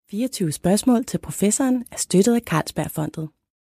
24 spørgsmål til professoren er støttet af Carlsbergfondet.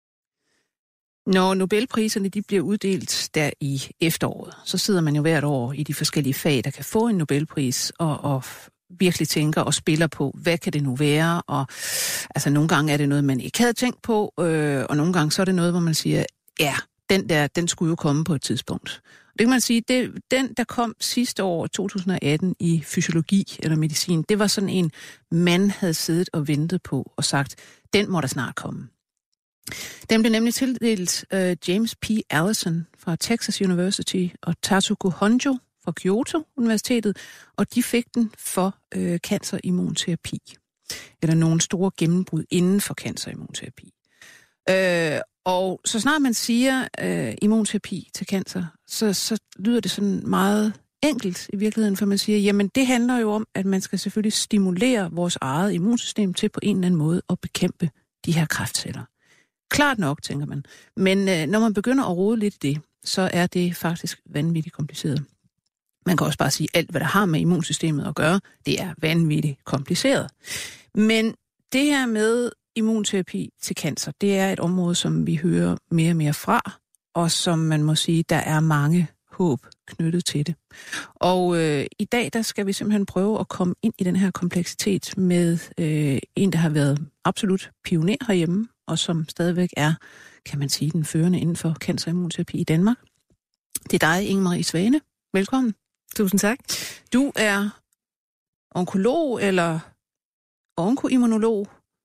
Når Nobelpriserne de bliver uddelt der i efteråret, så sidder man jo hvert år i de forskellige fag, der kan få en Nobelpris, og virkelig tænker og spiller på, hvad kan det nu være? Og altså nogle gange er det noget, man ikke havde tænkt på, og nogle gange så er det noget, hvor man siger, ja, den skulle jo komme på et tidspunkt. Det kan man sige, den der kom sidste år, 2018, i fysiologi eller medicin, det var sådan en, man havde siddet og ventet på og sagt, den må der snart komme. Den blev nemlig tildelt James P. Allison fra Texas University og Tatsuko Honjo fra Kyoto Universitetet, og de fik den for cancerimmunterapi, eller nogle store gennembrud inden for cancerimmunterapi. Og så snart man siger immunterapi til cancer, så lyder det sådan meget enkelt i virkeligheden, for man siger, jamen det handler jo om, at man skal selvfølgelig stimulere vores eget immunsystem til på en eller anden måde at bekæmpe de her kræftceller. Klart nok, tænker man. Men når man begynder at rode lidt i det, så er det faktisk vanvittigt kompliceret. Man kan også bare sige, at alt, hvad der har med immunsystemet at gøre, det er vanvittigt kompliceret. Men det her med immunterapi til cancer, det er et område, som vi hører mere og mere fra, og som man må sige, der er mange håb knyttet til det. Og i dag, der skal vi simpelthen prøve at komme ind i den her kompleksitet med en, der har været absolut pioner herhjemme, og som stadigvæk er, kan man sige, den førende inden for cancerimmunterapi i Danmark. Det er dig, Inge-Marie Svane. Velkommen. Tusind tak. Du er onkolog eller onkoimmunolog,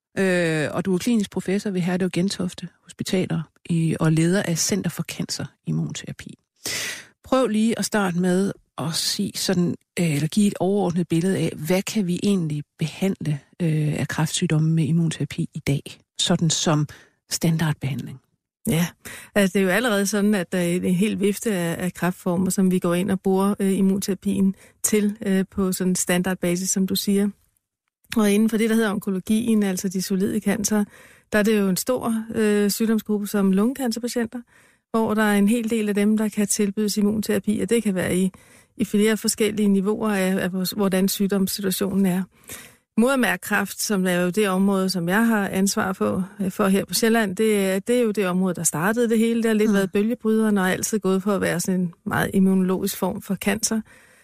og du er klinisk professor ved Herlev Gentofte Hospitaler og leder af Center for Cancerimmunterapi. Prøv lige at starte med at sige sådan, eller give et overordnet billede af, hvad kan vi egentlig behandle af kræftsygdomme med immunterapi i dag, sådan som standardbehandling? Ja, altså det er jo allerede sådan, at der er en hel vifte af kræftformer, som vi går ind og bruger immunterapien til på sådan en standardbasis, som du siger. Og inden for det, der hedder onkologien, altså de solide cancer, der er det jo en stor sygdomsgruppe som lungecancerpatienter, hvor der er en hel del af dem, der kan tilbydes immunterapi, og det kan være i flere forskellige niveauer af hvordan sygdomssituationen er. Modermærkekræft, som er jo det område, som jeg har ansvar for her på Sjælland, det er jo det område, der startede det hele. Det har lidt været bølgebryderen og altid gået for at være sådan en meget immunologisk form for cancer.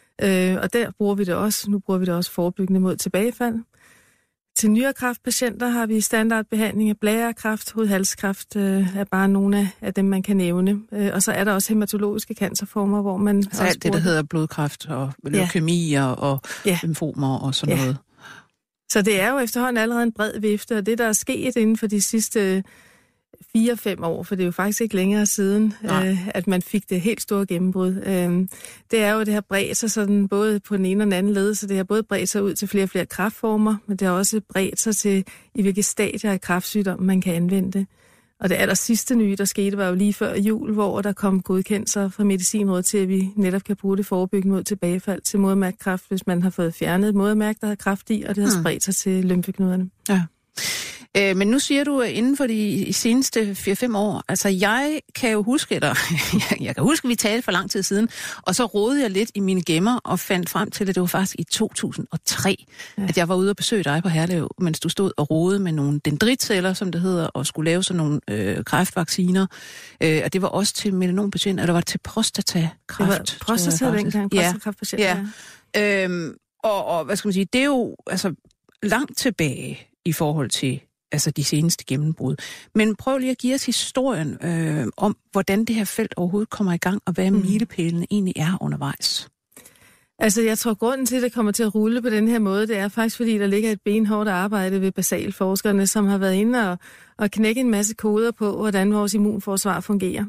Og der bruger vi det også. Nu bruger vi det også forebyggende mod tilbagefald. Til nyrekræftpatienter har vi standardbehandling af blærekræft, hovedhalskræft er bare nogle af dem, man kan nævne. Og så er der også hematologiske cancerformer, hvor man så alt det, der hedder blodkræft og leukæmier og lymfomer og sådan noget. Så det er jo efterhånden allerede en bred vifte, og det, der er sket inden for de sidste 4-5 år, for det er jo faktisk ikke længere siden, at man fik det helt store gennembrud. Det er jo, det har bredt sig sådan både på den ene og den anden led, så det har både bredt sig ud til flere og flere kræftformer, men det har også bredt sig til, i hvilke stadier af kræftsygdom man kan anvende det. Og det aller sidste nye, der skete, var jo lige før jul, hvor der kom godkendelser fra Medicinrådet til, at vi netop kan bruge det forebyggende mod tilbagefald til modermærkekræft, hvis man har fået fjernet et modermærke, der har kræft i, og det har spredt sig til lymfeknuderne. Ja. Men nu siger du, inden for de seneste 4-5 år, altså jeg kan jo huske, jeg kan huske, at vi talte for lang tid siden, og så rodede jeg lidt i mine gemmer og fandt frem til, at det var faktisk i 2003, at jeg var ude og besøge dig på Herlev, mens du stod og rodede med nogle dendritceller, som det hedder, og skulle lave sådan nogle kræftvacciner. Og det var også til melanompatienter, eller var det til prostatakræft? Det var prostata dengang, prostatakræftpatienter. Ja. Og hvad skal man sige, det er jo altså langt tilbage i forhold til altså de seneste gennembrud. Men prøv lige at give os historien om, hvordan det her felt overhovedet kommer i gang, og hvad milepælene egentlig er undervejs. Altså, jeg tror, grunden til, at det kommer til at rulle på den her måde, det er faktisk, fordi der ligger et benhårdt arbejde ved basalforskerne, som har været inde og knække en masse koder på, hvordan vores immunforsvar fungerer.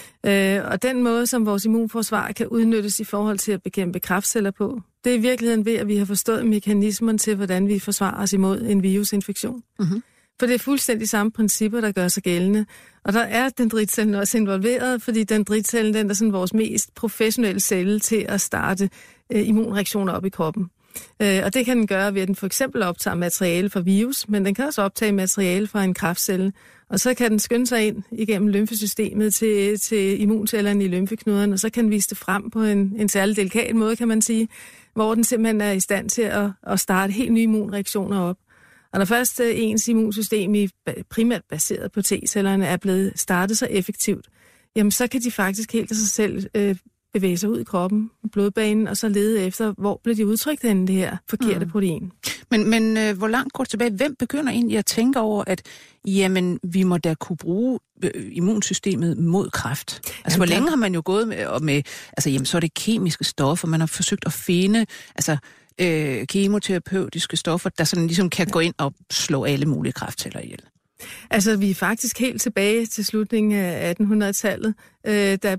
Og den måde, som vores immunforsvar kan udnyttes i forhold til at bekæmpe kræftceller på, det er i virkeligheden ved, at vi har forstået mekanismen til, hvordan vi forsvarer os imod en virusinfektion. Mm-hmm. For det er fuldstændig samme principper, der gør sig gældende. Og der er dendritcellen også involveret, fordi dendritcellen, den er sådan vores mest professionelle celle til at starte immunreaktioner op i kroppen. Og det kan den gøre ved, at den for eksempel optager materiale fra virus, men den kan også optage materiale fra en kræftcelle. Og så kan den skynde sig ind igennem lymfesystemet til immuncellerne i lymfeknuderne, og så kan den vise det frem på en særlig delikat måde, kan man sige, hvor den simpelthen er i stand til at starte helt nye immunreaktioner op. Og når først ens immunsystem primært baseret på T-cellerne er blevet startet så effektivt, jamen så kan de faktisk helt af sig selv bevæge sig ud i kroppen, blodbanen, og så lede efter, hvor bliver de udtrykt henne, det her forkerte protein. Men hvor langt går det tilbage? Hvem begynder egentlig at tænke over, at jamen, vi må da kunne bruge immunsystemet mod kræft? Altså, hvor længe har man jo gået med altså, jamen, så er det kemiske stoffer, man har forsøgt at finde, altså, kemoterapeutiske stoffer, der sådan ligesom kan gå ind og slå alle mulige kræftceller ihjel. Altså, vi er faktisk helt tilbage til slutningen af 1800-tallet, da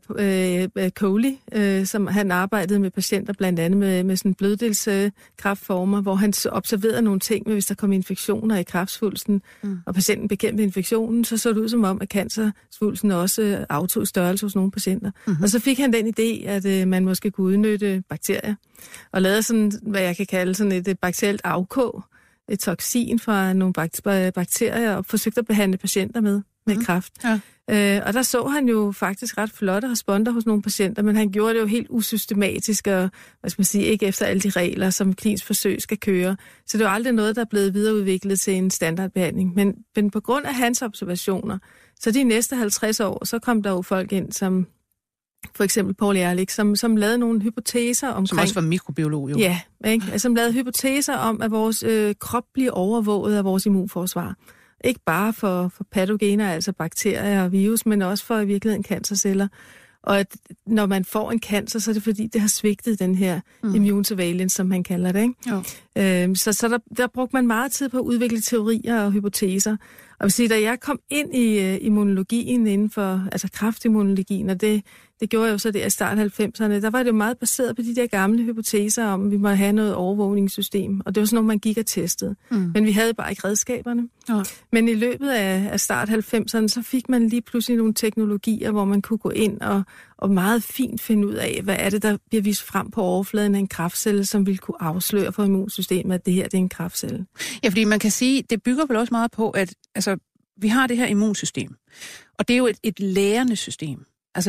Coley, som han arbejdede med patienter, blandt andet med sådan blødddelskræftformer, hvor han observerede nogle ting med, hvis der kom infektioner i kræftsvulsten, og patienten bekæmpede infektionen, så det ud som om, at cancersvulsten også aftog størrelse hos nogle patienter. Og så fik han den idé, at man måske kunne udnytte bakterier, og lavede sådan, hvad jeg kan kalde sådan et bakterielt afkog, et toksin fra nogle bakterier, og forsøgte at behandle patienter med kræft. Ja. Og der så han jo faktisk ret flotte responder hos nogle patienter, men han gjorde det jo helt usystematisk, og hvad skal man sige, ikke efter alle de regler, som klinisk forsøg skal køre. Så det var aldrig noget, der er blevet videreudviklet til en standardbehandling. Men på grund af hans observationer, så de næste 50 år, så kom der jo folk ind, som for eksempel Paul Ehrlich, som lavede nogle hypoteser omkring... Som også var mikrobiolog, jo. Ja, ikke? Altså, som lavede hypoteser om, at vores krop bliver overvåget af vores immunforsvar. Ikke bare for patogener, altså bakterier og virus, men også for i virkeligheden cancerceller. Og at når man får en cancer, så er det fordi, det har svigtet den her immune surveillance, som man kalder det. Ikke? Så der brugte man meget tid på at udvikle teorier og hypoteser. Og vil sige, da jeg kom ind i immunologien inden for, altså kræftimmunologien, og det gjorde jeg jo så det i start 90'erne, der var det jo meget baseret på de der gamle hypoteser om, at vi må have noget overvågningssystem. Og det var sådan noget, man gik og testede. Men vi havde bare ikke redskaberne. Men i løbet af start 90'erne, så fik man lige pludselig nogle teknologier, hvor man kunne gå ind og meget fint finde ud af, hvad er det, der bliver vist frem på overfladen af en kræftcelle, som vil kunne afsløre for immunsystemet, at det her det er en kræftcelle. Ja, fordi man kan sige, det bygger vel også meget på, at altså, vi har det her immunsystem, og det er jo et lærende system. Altså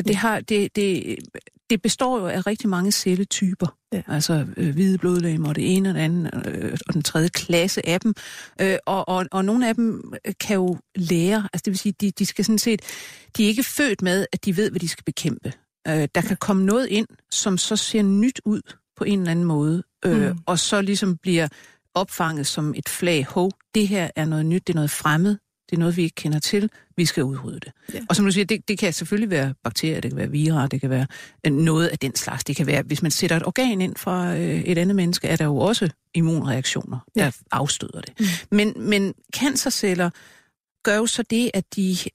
det består jo af rigtig mange celletyper, altså hvide blodlegemer, og det ene og det andet, og den tredje klasse af dem. Og nogle af dem kan jo lære, altså det vil sige, de skal sådan set, de er ikke født med, at de ved, hvad de skal bekæmpe. Der kan komme noget ind, som så ser nyt ud på en eller anden måde, og så ligesom bliver opfanget som et flag. Det her er noget nyt, det er noget fremmed. Det er noget, vi ikke kender til. Vi skal udrydde det. Ja. Og som du siger, det kan selvfølgelig være bakterier, det kan være virer, det kan være noget af den slags. Det kan være, hvis man sætter et organ ind fra et andet menneske, er der jo også immunreaktioner, der afstøder det. Men cancerceller gør jo så det, at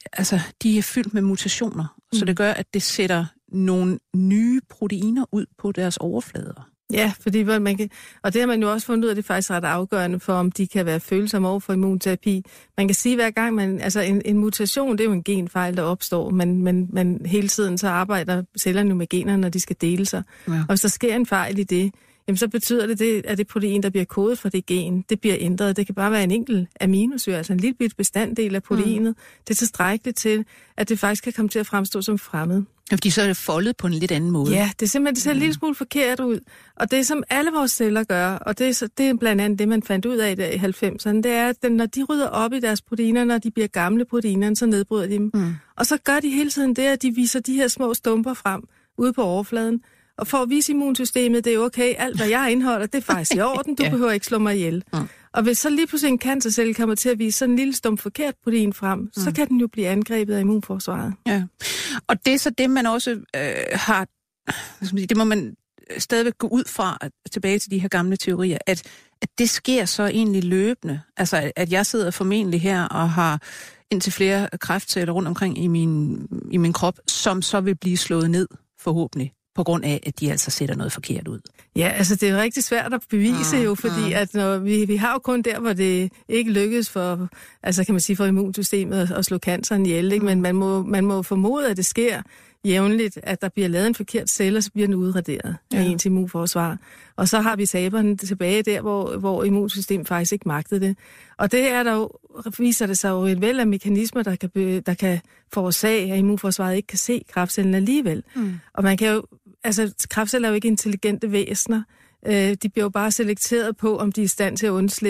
de er fyldt med mutationer. Så det gør, at det sætter nogle nye proteiner ud på deres overflader. Ja, fordi man kan, og det har man jo også fundet ud af, det er faktisk ret afgørende for, om de kan være følsomme over for immunterapi. Man kan sige, hver gang en mutation, det er jo en genfejl, der opstår, men hele tiden så arbejder cellerne jo med generne, når de skal dele sig. Ja. Og hvis der sker en fejl i det, jamen så betyder det, at det protein, der bliver kodet for det gen, det bliver ændret. Det kan bare være en enkelt aminosyre, altså en lille bit bestanddel af proteinet. Det er tilstrækkeligt til, at det faktisk kan komme til at fremstå som fremmed. Fordi så er det foldet på en lidt anden måde. Ja, det er simpelthen, det ser en lille smule forkert ud. Og det, som alle vores celler gør, og det er blandt andet det, man fandt ud af i 90'erne, det er, at når de rydder op i deres proteiner, når de bliver gamle proteiner, så nedbryder de dem. Og så gør de hele tiden det, at de viser de her små stumper frem ude på overfladen. Og for at vise immunsystemet, det er okay, alt hvad jeg indeholder, det er faktisk i orden, du behøver ikke slå mig ihjel. Og hvis så lige pludselig en cancercelle kommer til at vise sådan en lille stump forkert protein frem, så kan den jo blive angrebet af immunforsvaret. Ja. Og det er så det, man også har, det må man stadigvæk gå ud fra, tilbage til de her gamle teorier, at det sker så egentlig løbende. Altså, at jeg sidder formentlig her og har indtil flere kræftceller rundt omkring i min krop, som så vil blive slået ned, forhåbentlig, på grund af, at de altså sætter noget forkert ud. Ja, altså det er jo rigtig svært at bevise jo, fordi at når vi har jo kun der, hvor det ikke lykkes for, altså kan man sige, for immunsystemet at slå canceren ihjel, ikke? Men man må formode, at det sker jævnligt, at der bliver lavet en forkert celle, og så bliver den udraderet af ens immunforsvar. Og så har vi taberne tilbage der, hvor immunsystemet faktisk ikke magtede det. Og det er der jo, viser det sig jo et væld af mekanismer, der kan forårsage, at immunforsvaret ikke kan se kræftcellen alligevel. Og man kan jo, altså kræftceller er jo ikke intelligente væsener. De bliver jo bare selekteret på, om de er i stand til at undslippe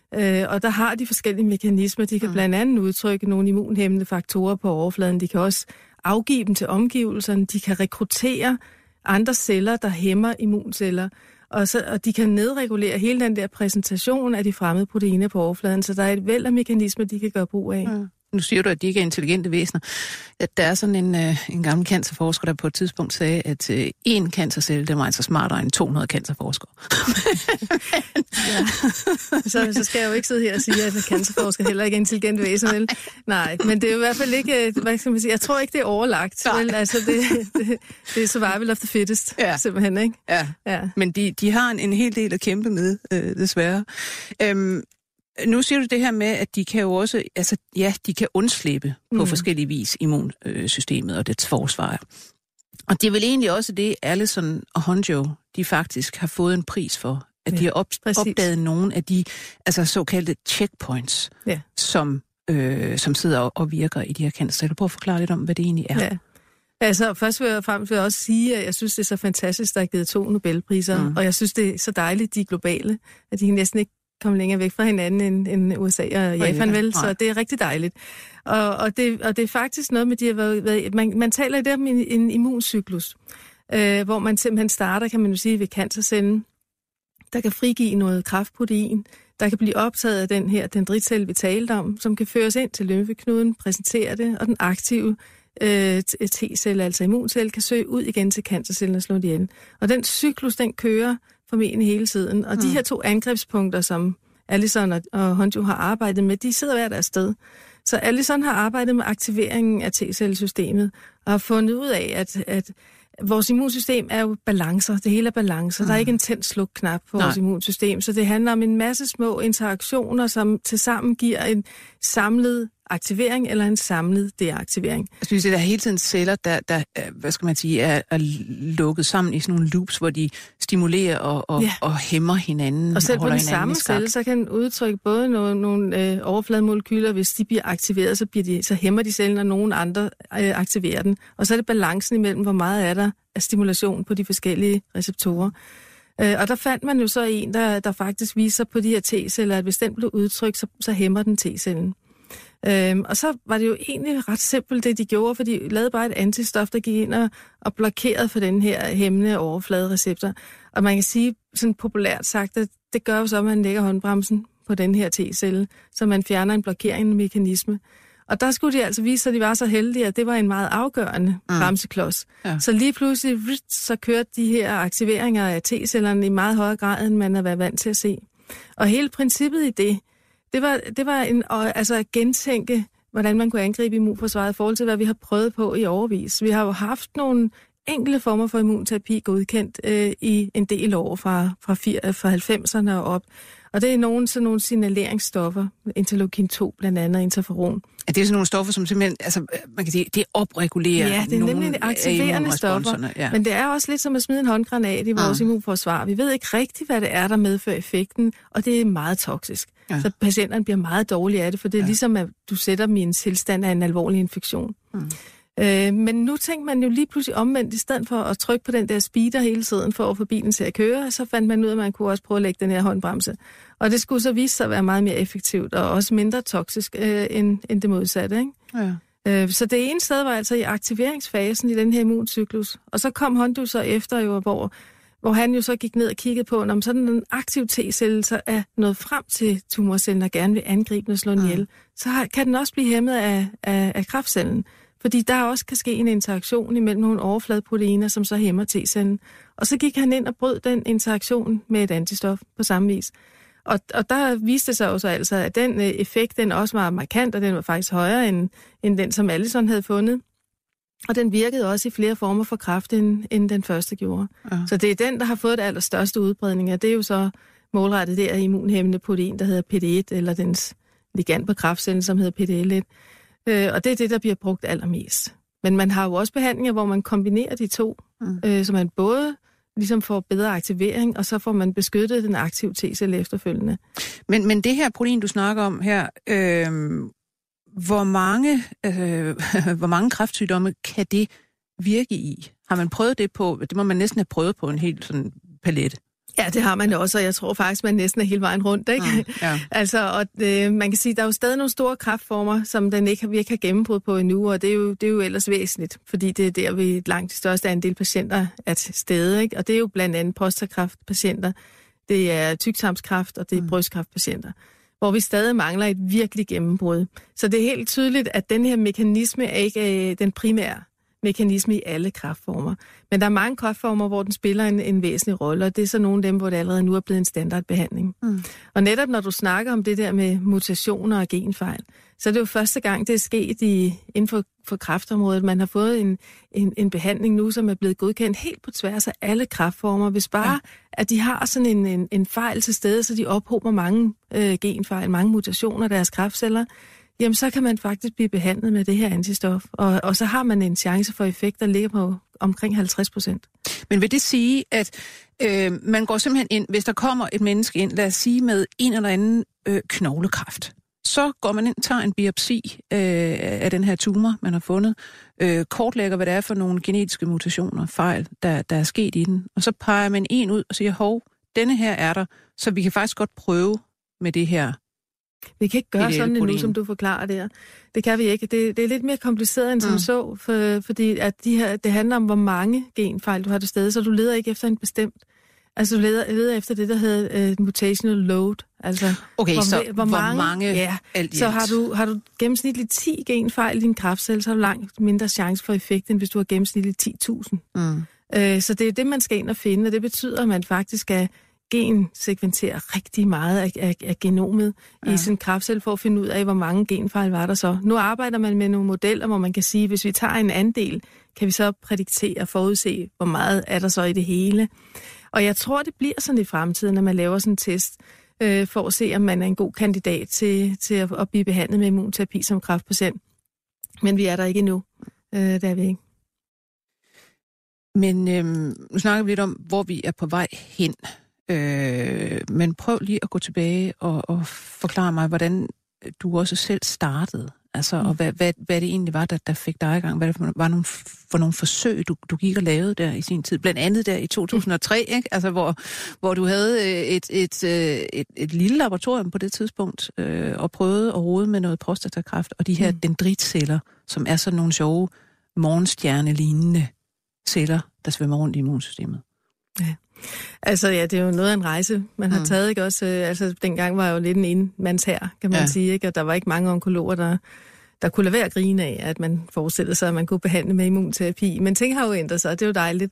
Og der har de forskellige mekanismer. De kan blandt andet udtrykke nogle immunhæmmende faktorer på overfladen. De kan også afgive dem til omgivelserne. De kan rekruttere andre celler, der hæmmer immunceller. Og de kan nedregulere hele den der præsentation af de fremmede proteiner på overfladen. Så der er et væld af mekanismer, de kan gøre brug af. Nu siger du, at de ikke er intelligente væsener. At der er sådan en gammel cancerforsker, der på et tidspunkt sagde, at én cancercelle, det var altså smartere end 200 cancerforskere. Ja. Så skal jeg jo ikke sidde her og sige, at cancerforsker heller ikke er intelligente væsener, vel? Nej, men det er jo i hvert fald ikke, hvad skal man sige, jeg tror ikke, det er overlagt. Vel? Altså, det er survival of the fittest, simpelthen, ikke? Ja. Men de har en hel del at kæmpe med, desværre. Nu siger du det her med, at de kan jo også, de kan undslippe på forskellige vis immunsystemet og dets forsvar. Og det er vel egentlig også det, Allison og Honjo, de faktisk har fået en pris for, at de har opdaget nogle af de såkaldte checkpoints, som sidder og virker i de her cancer. Kan du prøve at forklare lidt om, hvad det egentlig er? Ja. Altså, først vil jeg også sige, at jeg synes, det er så fantastisk, der er givet 2 Nobelpriser, og jeg synes, det er så dejligt, de er globale, at de kan næsten ikke komme længere væk fra hinanden end USA og Japan, vel? Så det er rigtig dejligt. Og det er faktisk noget med, de har været man taler i det om en immuncyklus, hvor man simpelthen starter, kan man jo sige, ved cancercellen, der kan frigive noget kræftprotein, der kan blive optaget af den her dendritcelle, vi talte om, som kan føres ind til lymfeknuden, præsentere det, og den aktive T-celle, altså immuncelle, kan søge ud igen til cancercellen og slå det ihjel. Og den cyklus, den kører formentlig hele tiden. Og de her 2 angrebspunkter, som Allison og Honjo har arbejdet med, de sidder hver deres sted. Så Allison har arbejdet med aktiveringen af T-cellesystemet og har fundet ud af, at vores immunsystem er jo balancer. Det hele er balancer. Der er ikke en tænd-sluk-knap på vores immunsystem. Så det handler om en masse små interaktioner, som tilsammen giver en samlet aktivering eller en samlet deaktivering. Altså, det er hele tiden celler, der hvad skal man sige, er lukket sammen i sådan nogle loops, hvor de stimulerer og hæmmer hinanden. Og selv på den samme celle, så kan udtrykke både nogle overflademolekyler, hvis de bliver aktiveret, så hæmmer de cellen, og nogle andre aktiverer den. Og så er det balancen imellem, hvor meget er der af stimulation på de forskellige receptorer. Og der fandt man jo så en, der faktisk viser på de her T-celler, at hvis den blev udtrykt, så hæmmer den T-cellen. Og så var det jo egentlig ret simpelt, det de gjorde, for de lavede bare et antistof, der gik ind og blokerede for den her hæmmende overfladereceptor. Og man kan sige, sådan populært sagt, at det gør jo så, at man lægger håndbremsen på den her T-celle, så man fjerner en blokerende mekanisme. Og der skulle de altså vise, at de var så heldige, at det var en meget afgørende bremseklods. Ja. Så lige pludselig, så kørte de her aktiveringer af T-cellerne i meget højere grad, end man har været vant til at se. Og hele princippet i det var at gentænke, hvordan man kunne angribe immunforsvaret i forhold til, hvad vi har prøvet på i årevis. Vi har jo haft nogle enkelte former for immunterapi godkendt i en del år fra 90'erne og op. Og det er sådan nogle signaleringsstoffer, interleukin 2 blandt andet, interferon. Er det sådan nogle stoffer, som simpelthen, man kan sige, det opregulerer nogle af det er nemlig aktiverende stoffer, ja. Men det er også lidt som at smide en håndgranat i vores immunforsvar. Vi ved ikke rigtigt, hvad det er, der medfører effekten, og det er meget toksisk. Ja. Så patienterne bliver meget dårlige af det, for det er ligesom, at du sætter dem i en tilstand af en alvorlig infektion. Men nu tænker man jo lige pludselig omvendt, i stedet for at trykke på den der speeder hele tiden for at få bilen til at køre, så fandt man ud af, at man kunne også prøve at lægge den her håndbremse. Og det skulle så vise sig at være meget mere effektivt og også mindre toksisk end det modsatte, ikke? Ja. Så det ene sted var altså i aktiveringsfasen i den her immuncyklus. Og så kom Honjo så efter, jo, hvor han jo så gik ned og kiggede på, om sådan en aktiv T-celle så er nået frem til tumorcellen og gerne vil angribe den og slå den ihjel, så kan den også blive hæmmet af kræftcellen. Fordi der også kan ske en interaktion imellem nogle overfladeproteiner, som så hæmmer T-cellen. Og så gik han ind og brød den interaktion med et antistof på samme vis. Og der viste sig jo så altså, at den effekt, den også var markant, og den var faktisk højere end den, som Allison havde fundet. Og den virkede også i flere former for kræft, end den første gjorde. Ja. Så det er den, der har fået det allerstørste udbredning, og det er jo så målrettet der immunhæmmende protein, der hedder PD1, eller dens ligand på kræftcellen, som hedder PDL1. Og det er det, der bliver brugt allermest. Men man har jo også behandlinger, hvor man kombinerer de to, så man både ligesom får bedre aktivering, og så får man beskyttet den aktive T-celle efterfølgende. Men det her protein, du snakker om her, hvor mange kræftsygdomme kan det virke i? Har man prøvet det på? Det må man næsten have prøvet på en helt sådan palette. Ja, det har man også, og jeg tror faktisk, man næsten er hele vejen rundt, ikke? Ja. Altså, og man kan sige, der er jo stadig nogle store kræftformer, som vi ikke har gennembrud på endnu, og det er jo ellers væsentligt, fordi det er der, vi langt de største andel patienter er til stede, ikke? Og det er jo blandt andet prostatakræftpatienter, det er tyktarmskræft, og det er brystkræftpatienter, hvor vi stadig mangler et virkelig gennembrud. Så det er helt tydeligt, at den her mekanisme er ikke den primære mekanisme i alle kræftformer. Men der er mange kræftformer, hvor den spiller en væsentlig rolle, og det er så nogle af dem, hvor det allerede nu er blevet en standardbehandling. Og netop når du snakker om det der med mutationer og genfejl, så er det jo første gang, det er sket inden for kræftområdet. Man har fået en behandling nu, som er blevet godkendt helt på tværs af alle kræftformer. Hvis bare, at de har sådan en fejl til stede, så de ophober mange genfejl, mange mutationer af deres kræftceller, jamen så kan man faktisk blive behandlet med det her antistof. Og så har man en chance for effekt, der ligger på omkring 50%. Men vil det sige, at man går simpelthen ind, hvis der kommer et menneske ind, lad os sige med en eller anden knoglekræft, så går man ind og tager en biopsi af den her tumor, man har fundet, kortlægger, hvad det er for nogle genetiske mutationer, fejl, der er sket i den, og så peger man en ud og siger, hov, denne her er der, så vi kan faktisk godt prøve med det her. Vi kan ikke gøre sådan endnu, som du forklarer der. Det kan vi ikke. Det er lidt mere kompliceret end som så, fordi at det handler om, hvor mange genfejl du har til stede, så du leder ikke efter en bestemt. Altså du leder efter det, der hedder mutational load. Altså, okay, hvor mange alt så har du gennemsnitligt 10 genfejl i din kræftcelle, så har du langt mindre chance for effekt, end hvis du har gennemsnitligt 10.000. Så det er det, man skal ind og finde, og det betyder, at man faktisk skal gensekventere rigtig meget af genomet i sin kræftcelle for at finde ud af, hvor mange genfejl var der så. Nu arbejder man med nogle modeller, hvor man kan sige, hvis vi tager en andel, kan vi så prædiktere og forudse, hvor meget er der så i det hele. Og jeg tror, det bliver sådan i fremtiden, når man laver sådan en test, for at se, om man er en god kandidat til at blive behandlet med immunterapi som kræftpatient. Men vi er der ikke endnu. Der er vi ikke. Men nu snakker vi lidt om, hvor vi er på vej hen. Men prøv lige at gå tilbage og forklare mig, hvordan du også selv startede. Altså, og hvad det egentlig var, der fik dig i gang. Hvad det var for nogle forsøg, du gik og lavede der i sin tid. Blandt andet der i 2003, ikke? Altså, hvor du havde et lille laboratorium på det tidspunkt, og prøvede at rode med noget prostatakræft, og de her dendritceller, som er sådan nogle sjove morgenstjerne-lignende celler, der svømmer rundt i immunsystemet. Ja. Altså ja, det er jo noget af en rejse, man har taget, ikke også? Altså dengang var jeg jo lidt en enmandshær, kan man sige, ikke? Og der var ikke mange onkologer, der kunne lade være at grine af, at man forestillede sig, at man kunne behandle med immunterapi. Men ting har jo ændret sig, og det er jo dejligt.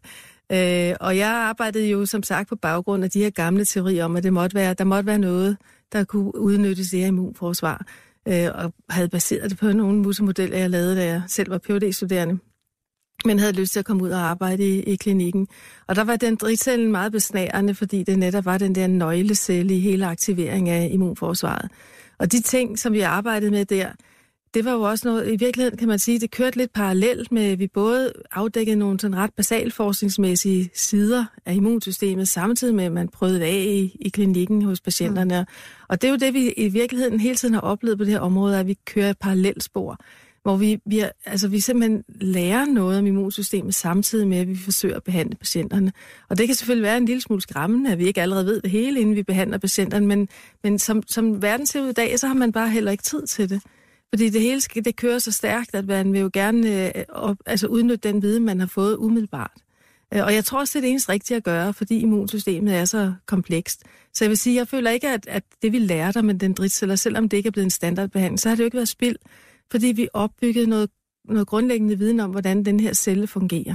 Og jeg arbejdede jo som sagt på baggrund af de her gamle teorier om, at der måtte være noget, der kunne udnyttes det her immunforsvar. Og havde baseret det på nogle musemodeller, jeg lavede, da jeg selv var PhD-studerende. Men havde lyst til at komme ud og arbejde i klinikken. Og der var dendritcellen meget besnærende, fordi det netop var den der nøglecelle i hele aktiveringen af immunforsvaret. Og de ting, som vi arbejdede med der, det var jo også noget, i virkeligheden kan man sige, det kørte lidt parallelt med, at vi både afdækkede nogle sådan ret basal forskningsmæssige sider af immunsystemet, samtidig med, at man prøvede af i klinikken hos patienterne. Og det er jo det, vi i virkeligheden hele tiden har oplevet på det her område, at vi kører et parallelt spor, hvor vi simpelthen lærer noget om immunsystemet, samtidig med, at vi forsøger at behandle patienterne. Og det kan selvfølgelig være en lille smule skræmmende, at vi ikke allerede ved det hele, inden vi behandler patienterne, men som verden ser ud i dag, så har man bare heller ikke tid til det. Fordi det hele det kører så stærkt, at man vil jo gerne udnytte den viden, man har fået umiddelbart. Og jeg tror også, det er det eneste rigtige at gøre, fordi immunsystemet er så komplekst. Så jeg vil sige, jeg føler ikke, at det vi lærte med dendritceller, selvom det ikke er blevet en standardbehandling, så har det jo ikke været spild, fordi vi opbyggede noget grundlæggende viden om, hvordan den her celle fungerer.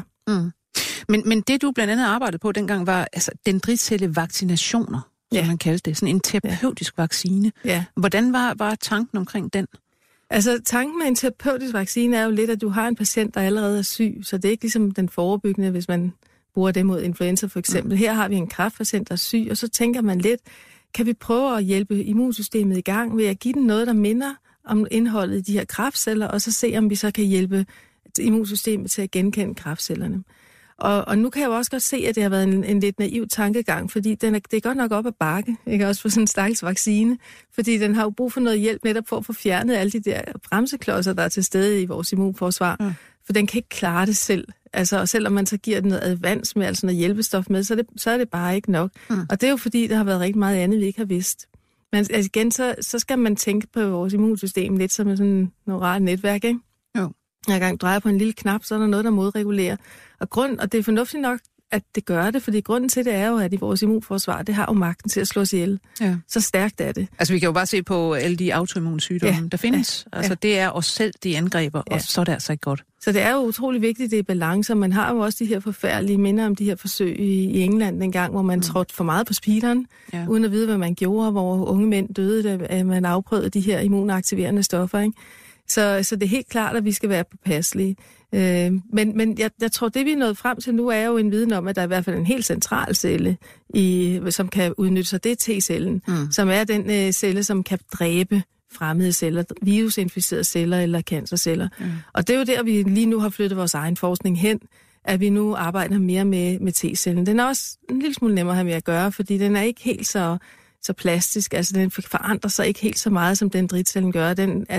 Men det, du blandt andet arbejdede på dengang, var altså dendritcellevaccinationer, som man kaldte det. Sådan en terapeutisk vaccine. Ja. Hvordan var tanken omkring den? Altså, tanken med en terapeutisk vaccine er jo lidt, at du har en patient, der allerede er syg, så det er ikke ligesom den forebyggende, hvis man bruger det mod influenza for eksempel. Her har vi en kræftpatient, der er syg, og så tænker man lidt, kan vi prøve at hjælpe immunsystemet i gang ved at give den noget, der minder om indholdet i de her kræftceller, og så se, om vi så kan hjælpe immunsystemet til at genkende kræftcellerne. Og nu kan jeg jo også godt se, at det har været en lidt naiv tankegang, fordi det er godt nok op ad bakke, ikke også for sådan en stakkels vaccine, fordi den har jo brug for noget hjælp netop for at få fjernet alle de der bremseklodser, der er til stede i vores immunforsvar, for den kan ikke klare det selv. Altså, og selvom man så giver den noget advans med, altså noget hjælpestof med, så er det bare ikke nok. Og det er jo fordi, der har været rigtig meget andet, vi ikke har vidst. Men altså igen, så skal man tænke på vores immunsystem lidt som sådan noget rart netværk, ikke? Jo. Hver gang du drejer på en lille knap, så er der noget, der modregulerer. Og det er fornuftigt nok, at det gør det, fordi grunden til det er jo, at i vores immunforsvar, det har jo magten til at slå os ihjel. Ja. Så stærkt er det. Altså vi kan jo bare se på alle de autoimmune sygdomme, der findes. Ja. Altså det er os selv, de angriber, og så er det altså ikke godt. Så det er jo utrolig vigtigt, det er balance, og man har jo også de her forfærdelige minder om de her forsøg i England dengang, hvor man trådte for meget på speederen, uden at vide, hvad man gjorde, hvor unge mænd døde, da man afprøvede de her immunaktiverende stoffer, ikke? Så det er helt klart, at vi skal være påpasselige. Men jeg tror, det vi er nået frem til nu, er jo en viden om, at der er i hvert fald en helt central celle, som kan udnytte sig. Det er T-cellen, som er den celle, som kan dræbe fremmede celler, virusinficerede celler eller cancerceller. Og det er jo der, vi lige nu har flyttet vores egen forskning hen, at vi nu arbejder mere med T-cellen. Den er også en lille smule nemmere at have med at gøre, fordi den er ikke helt så plastisk. Altså, den forandrer sig ikke helt så meget, som den dritcellen gør.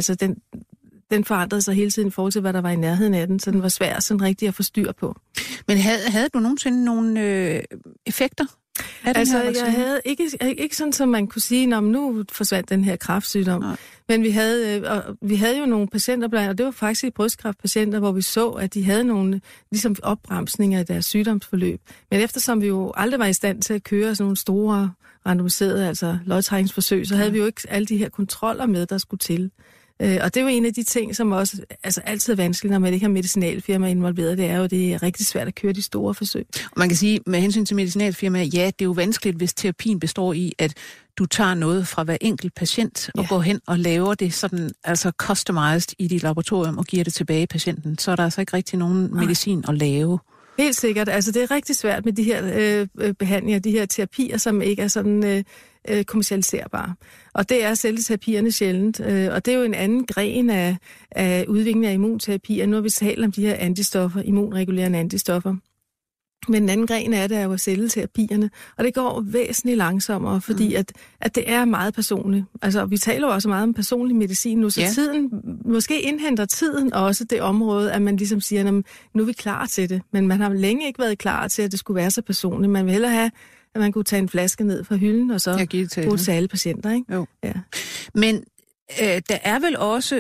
Den forandrede sig hele tiden i forhold til, hvad der var i nærheden af den, så den var svær sådan rigtig at få styr på. Men havde du nogensinde nogle effekter? Altså, jeg havde ikke sådan, som man kunne sige, nu forsvandt den her kræftsygdom. Nej. Men vi havde jo nogle patienter blandt, og det var faktisk brystkræftpatienter, hvor vi så, at de havde nogle ligesom opbremsninger i deres sygdomsforløb. Men eftersom vi jo aldrig var i stand til at køre sådan nogle store randomiserede, altså lodtrækningsforsøg, så havde vi jo ikke alle de her kontroller med, der skulle til. Og det er jo en af de ting, som også altid er vanskeligt, når man ikke har medicinalfirma involveret. Det er jo, det er rigtig svært at køre de store forsøg. Og man kan sige, med hensyn til medicinalfirma, ja, det er jo vanskeligt, hvis terapien består i, at du tager noget fra hver enkelt patient og går hen og laver det sådan, altså customized i dit laboratorium og giver det tilbage patienten. Så er der altså ikke rigtig nogen medicin at lave. Helt sikkert. Altså, det er rigtig svært med de her behandlinger, de her terapier, som ikke er sådan kommercialiserbare. Og det er celleterapierne sjældent. Og det er jo en anden gren af udviklingen af immunterapier. Nu har vi talt om de her antistoffer, immunregulerende antistoffer. Men den anden gren af det er jo celleterapierne, og det går væsentligt langsommere, fordi at det er meget personligt. Altså, vi taler jo også meget om personlig medicin nu, så tiden, måske indhenter tiden også det område, at man ligesom siger, nu er vi klar til det. Men man har længe ikke været klar til, at det skulle være så personligt. Man vil hellere have, at man kunne tage en flaske ned fra hylden, og så bruge til alle patienter, ikke? Jo. Ja. Men der er vel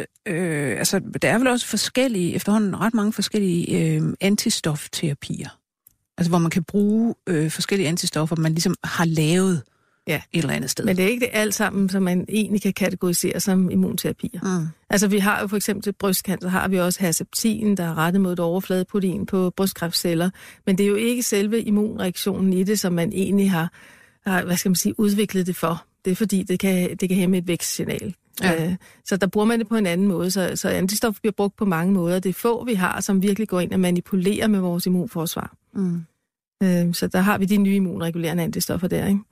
også forskellige, efterhånden ret mange forskellige antistofterapier. Altså, hvor man kan bruge forskellige antistoffer, man ligesom har lavet et eller andet sted. Men det er ikke det alt sammen, som man egentlig kan kategorisere som immunterapier. Altså, vi har jo for eksempel til brystcancer, har vi også Herceptin, der er rettet mod et overfladeprotein på brystkræftceller. Men det er jo ikke selve immunreaktionen i det, som man egentlig har udviklet det for. Det er fordi, det kan hæmme et vækstsignal. Ja. Så der bruger man det på en anden måde. Så antistoffer bliver brugt på mange måder. Det er få, vi har, som virkelig går ind og manipulerer med vores immunforsvar. Så der har vi de nye immunregulerende antistoffer der, ikke?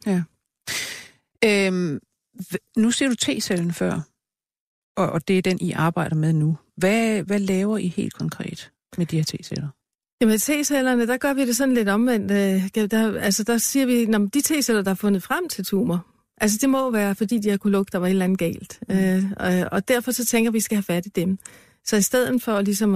Ja. Nu siger du T-cellen før, og det er den, I arbejder med nu. Hvad laver I helt konkret med de her T-celler? Jamen, T-cellerne, der gør vi det sådan lidt omvendt. Der siger vi, når de T-celler, der er fundet frem til tumor, altså det må være, fordi de har kunne lugte, der var et eller andet galt. Og derfor så tænker vi, skal have fat i dem. Så i stedet for ligesom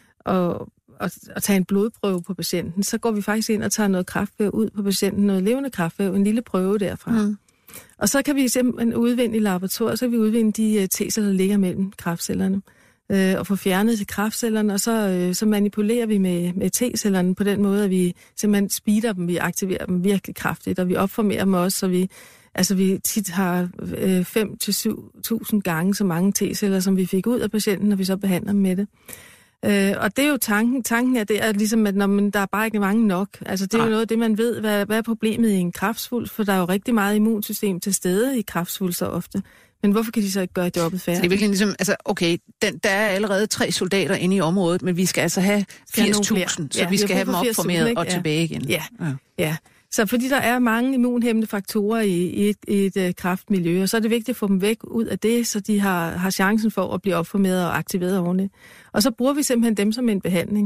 at tage en blodprøve på patienten, så går vi faktisk ind og tager noget kræftvæv ud på patienten, noget levende kræftvæv, en lille prøve derfra. Og så kan vi simpelthen udvinde i laboratoriet, så kan vi udvinde de T-celler, der ligger mellem kræftcellerne, og få fjernet til kræftcellerne, og så manipulerer vi med T-cellerne på den måde, at vi simpelthen speeder dem, vi aktiverer dem virkelig kraftigt, og vi opformerer dem også, så vi tit har 5.000-7.000 gange så mange T-celler, som vi fik ud af patienten, når vi så behandler dem med det. Og det er jo tanken. Tanken er, det er ligesom, at der er bare ikke mange nok. Altså det er jo noget af det, man ved, hvad er problemet i en kræftsvulst, for der er jo rigtig meget immunsystem til stede i kræftsvulster ofte. Men hvorfor kan de så ikke gøre jobbet færdigt? Så det er virkelig ligesom, altså okay, der er allerede 3 soldater inde i området, men vi skal altså have 80.000, så vi skal have dem opformeret og tilbage igen. Ja. Så fordi der er mange immunhæmmende faktorer i et kræftmiljø, og så er det vigtigt at få dem væk ud af det, så de har chancen for at blive opformeret og aktiveret ordentligt. Og så bruger vi simpelthen dem som en behandling.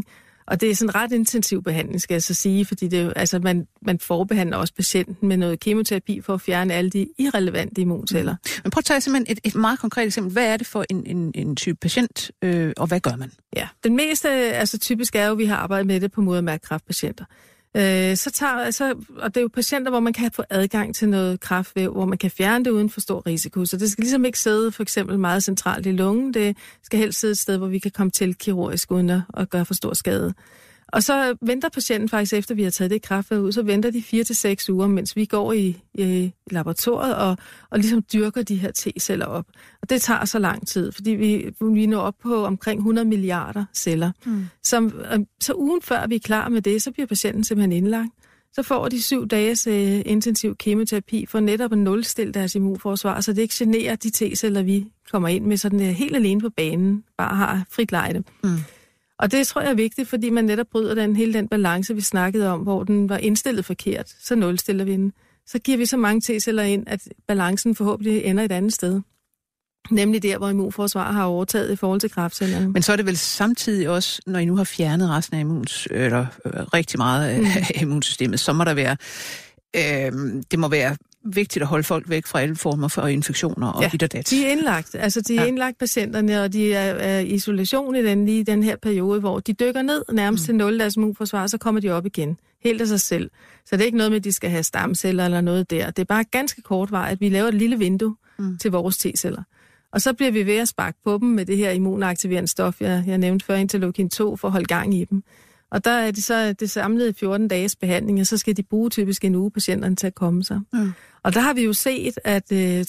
Og det er sådan en ret intensiv behandling, skal jeg så sige, fordi det, altså man forbehandler også patienten med noget kemoterapi for at fjerne alle de irrelevante immunceller. Men prøv at tage simpelthen et meget konkret eksempel. Hvad er det for en type patient, og hvad gør man? Ja, den meste, altså typisk er jo, at vi har arbejdet med det på modermærkekræftpatienter. Og det er jo patienter, hvor man kan få adgang til noget kræftvæv, hvor man kan fjerne det uden for stor risiko. Så det skal ligesom ikke sidde for eksempel meget centralt i lungen. Det skal helst sidde et sted, hvor vi kan komme til kirurgisk uden at gøre for stor skade. Og så venter patienten faktisk, efter vi har taget det kræftvæv ud, så venter de 4 til 6 uger, mens vi går i laboratoriet og ligesom dyrker de her T-celler op. Og det tager så lang tid, fordi vi når op på omkring 100 milliarder celler. Så ugen før vi er klar med det, så bliver patienten simpelthen indlagt. Så får de 7 dages intensiv kemoterapi for netop at nulstille deres immunforsvar, så det ikke generer de T-celler, vi kommer ind med, så den er helt alene på banen, bare har frit lejde. Og det tror jeg er vigtigt, fordi man netop bryder hele den balance, vi snakkede om, hvor den var indstillet forkert. Så nulstiller vi den. Så giver vi så mange T-celler ind, at balancen forhåbentlig ender et andet sted. Nemlig der, hvor immunforsvar har overtaget i forhold til kræftcellerne. Men så er det vel samtidig også, når I nu har fjernet resten af rigtig meget af immunsystemet, så må der være, det må være vigtigt at holde folk væk fra alle former for infektioner og dit og dat. De er indlagt. Altså, de er indlagt patienterne, og de er i isolation i den her periode, hvor de dykker ned nærmest til 0 deres immunforsvar, så kommer de op igen. Helt af sig selv. Så det er ikke noget med, at de skal have stamceller eller noget der. Det er bare ganske kort vej, at vi laver et lille vindue til vores T-celler. Og så bliver vi ved at sparke på dem med det her immunaktiverende stof, jeg nævnte før, interleukin 2, for at holde gang i dem. Og der er det så det samlede 14 dages behandling, og så skal de bruge typisk en uge patienterne til at komme sig. Og der har vi jo set, at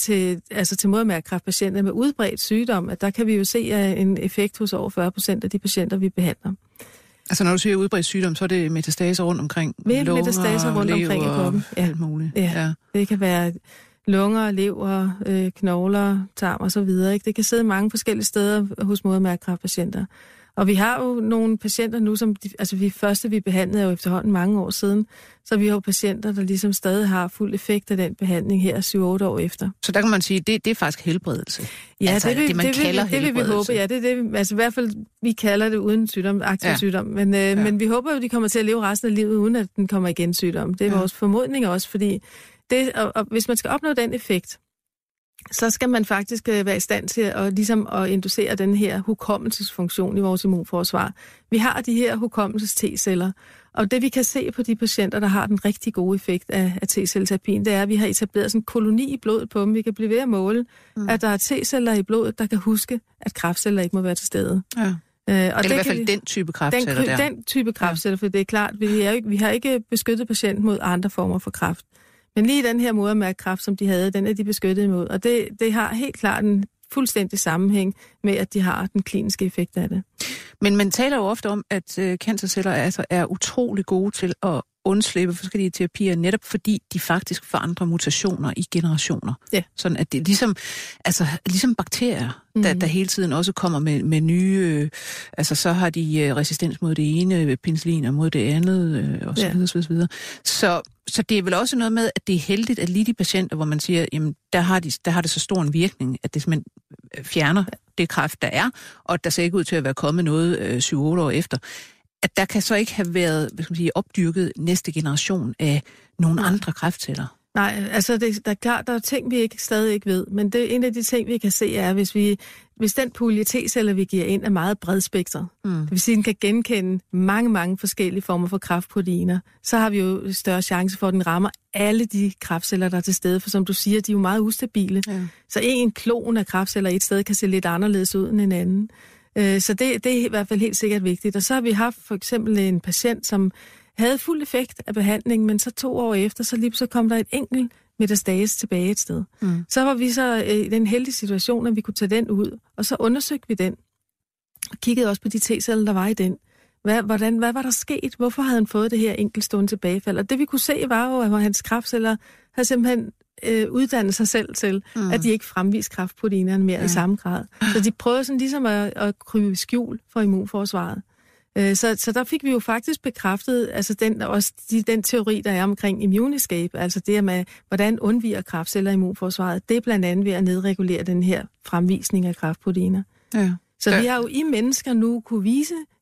til modermærkekræftpatienter med udbredt sygdom, at der kan vi jo se en effekt hos over 40% af de patienter, vi behandler. Altså når du siger udbredt sygdom, så er det metastaser rundt omkring lunger, metastaser rundt omkring i kroppen. Ja. Alt muligt. Ja. Det kan være lunger, lever, knogler, tarm og så videre. Ikke? Det kan sidde mange forskellige steder hos modermærkekræftpatienter. Og vi har jo nogle patienter nu, som vi behandlede jo efterhånden mange år siden, så vi har jo patienter, der ligesom stadig har fuld effekt af den behandling her 7-8 år efter. Så der kan man sige, det er faktisk helbredelse. Ja, altså, det vil vi håbe. Ja, det er det, altså i hvert fald, vi kalder det uden sygdom, aktiv sygdom. Men vi håber jo, de kommer til at leve resten af livet, uden at den kommer igen sygdom. Det er vores formodning også, fordi og hvis man skal opnå den effekt, så skal man faktisk være i stand til at inducere den her hukommelsesfunktion i vores immunforsvar. Vi har de her hukommelses-T-celler, og det vi kan se på de patienter, der har den rigtig gode effekt af T-celleterapien, det er, at vi har etableret sådan en koloni i blodet på dem. Vi kan blive ved at måle, at der er T-celler i blodet, der kan huske, at kræftceller ikke må være til stede. Ja. Eller i hvert fald den type kræftceller der. Den type kræftceller, for det er klart, vi har ikke beskyttet patienten mod andre former for kræft. Men lige den her modermærkekræft, som de havde, den er de beskyttet imod. Og det har helt klart en fuldstændig sammenhæng med, at de har den kliniske effekt af det. Men man taler jo ofte om, at cancerceller altså er utrolig gode til at undslippe forskellige terapier, netop fordi de faktisk forandrer mutationer i generationer. Ja. Sådan at det er ligesom bakterier, der hele tiden også kommer med nye, så har de resistens mod det ene, penicillin og mod det andet, og så videre. Så det er vel også noget med, at det er heldigt, at lige de patienter, hvor man siger, jamen, der har det så stor en virkning, at det simpelthen fjerner det kræft, der er, og der ser ikke ud til at være kommet noget 7-8 år efter, at der kan så ikke have været opdyrket næste generation af nogle andre kræftceller. Nej, altså der er klart, der er ting, vi stadig ikke ved, men det er en af de ting, vi kan se, er, hvis den pulje T-celler, vi giver ind, er meget bredspektret, det vil sige, den kan genkende mange, mange forskellige former for kræftproteiner, så har vi jo større chance for, at den rammer alle de kræftceller, der er til stede, for som du siger, de er jo meget ustabile. Ja. Så en klon af kræftceller et sted kan se lidt anderledes ud end en anden. Så det er i hvert fald helt sikkert vigtigt. Og så har vi haft for eksempel en patient, som havde fuld effekt af behandlingen, men så 2 år efter, så kom der et enkelt metastase tilbage et sted. Så var vi så i den heldige situation, at vi kunne tage den ud, og så undersøgte vi den, og kiggede også på de T-celler, der var i den. Hvad var der sket? Hvorfor havde han fået det her enkeltstående tilbagefald? Og det vi kunne se var jo, at hans kræftceller havde simpelthen uddannet sig selv til, at de ikke fremviste kræftproteinerne mere i samme grad. Så de prøvede sådan ligesom at krybe skjul for immunforsvaret. Så der fik vi jo faktisk bekræftet altså den teori, der er omkring immune escape, altså det med, hvordan undviger kræftceller immunforsvaret. Det er blandt andet ved at nedregulere den her fremvisning af kræftproteiner. Ja. Så vi har jo i mennesker nu kunne vise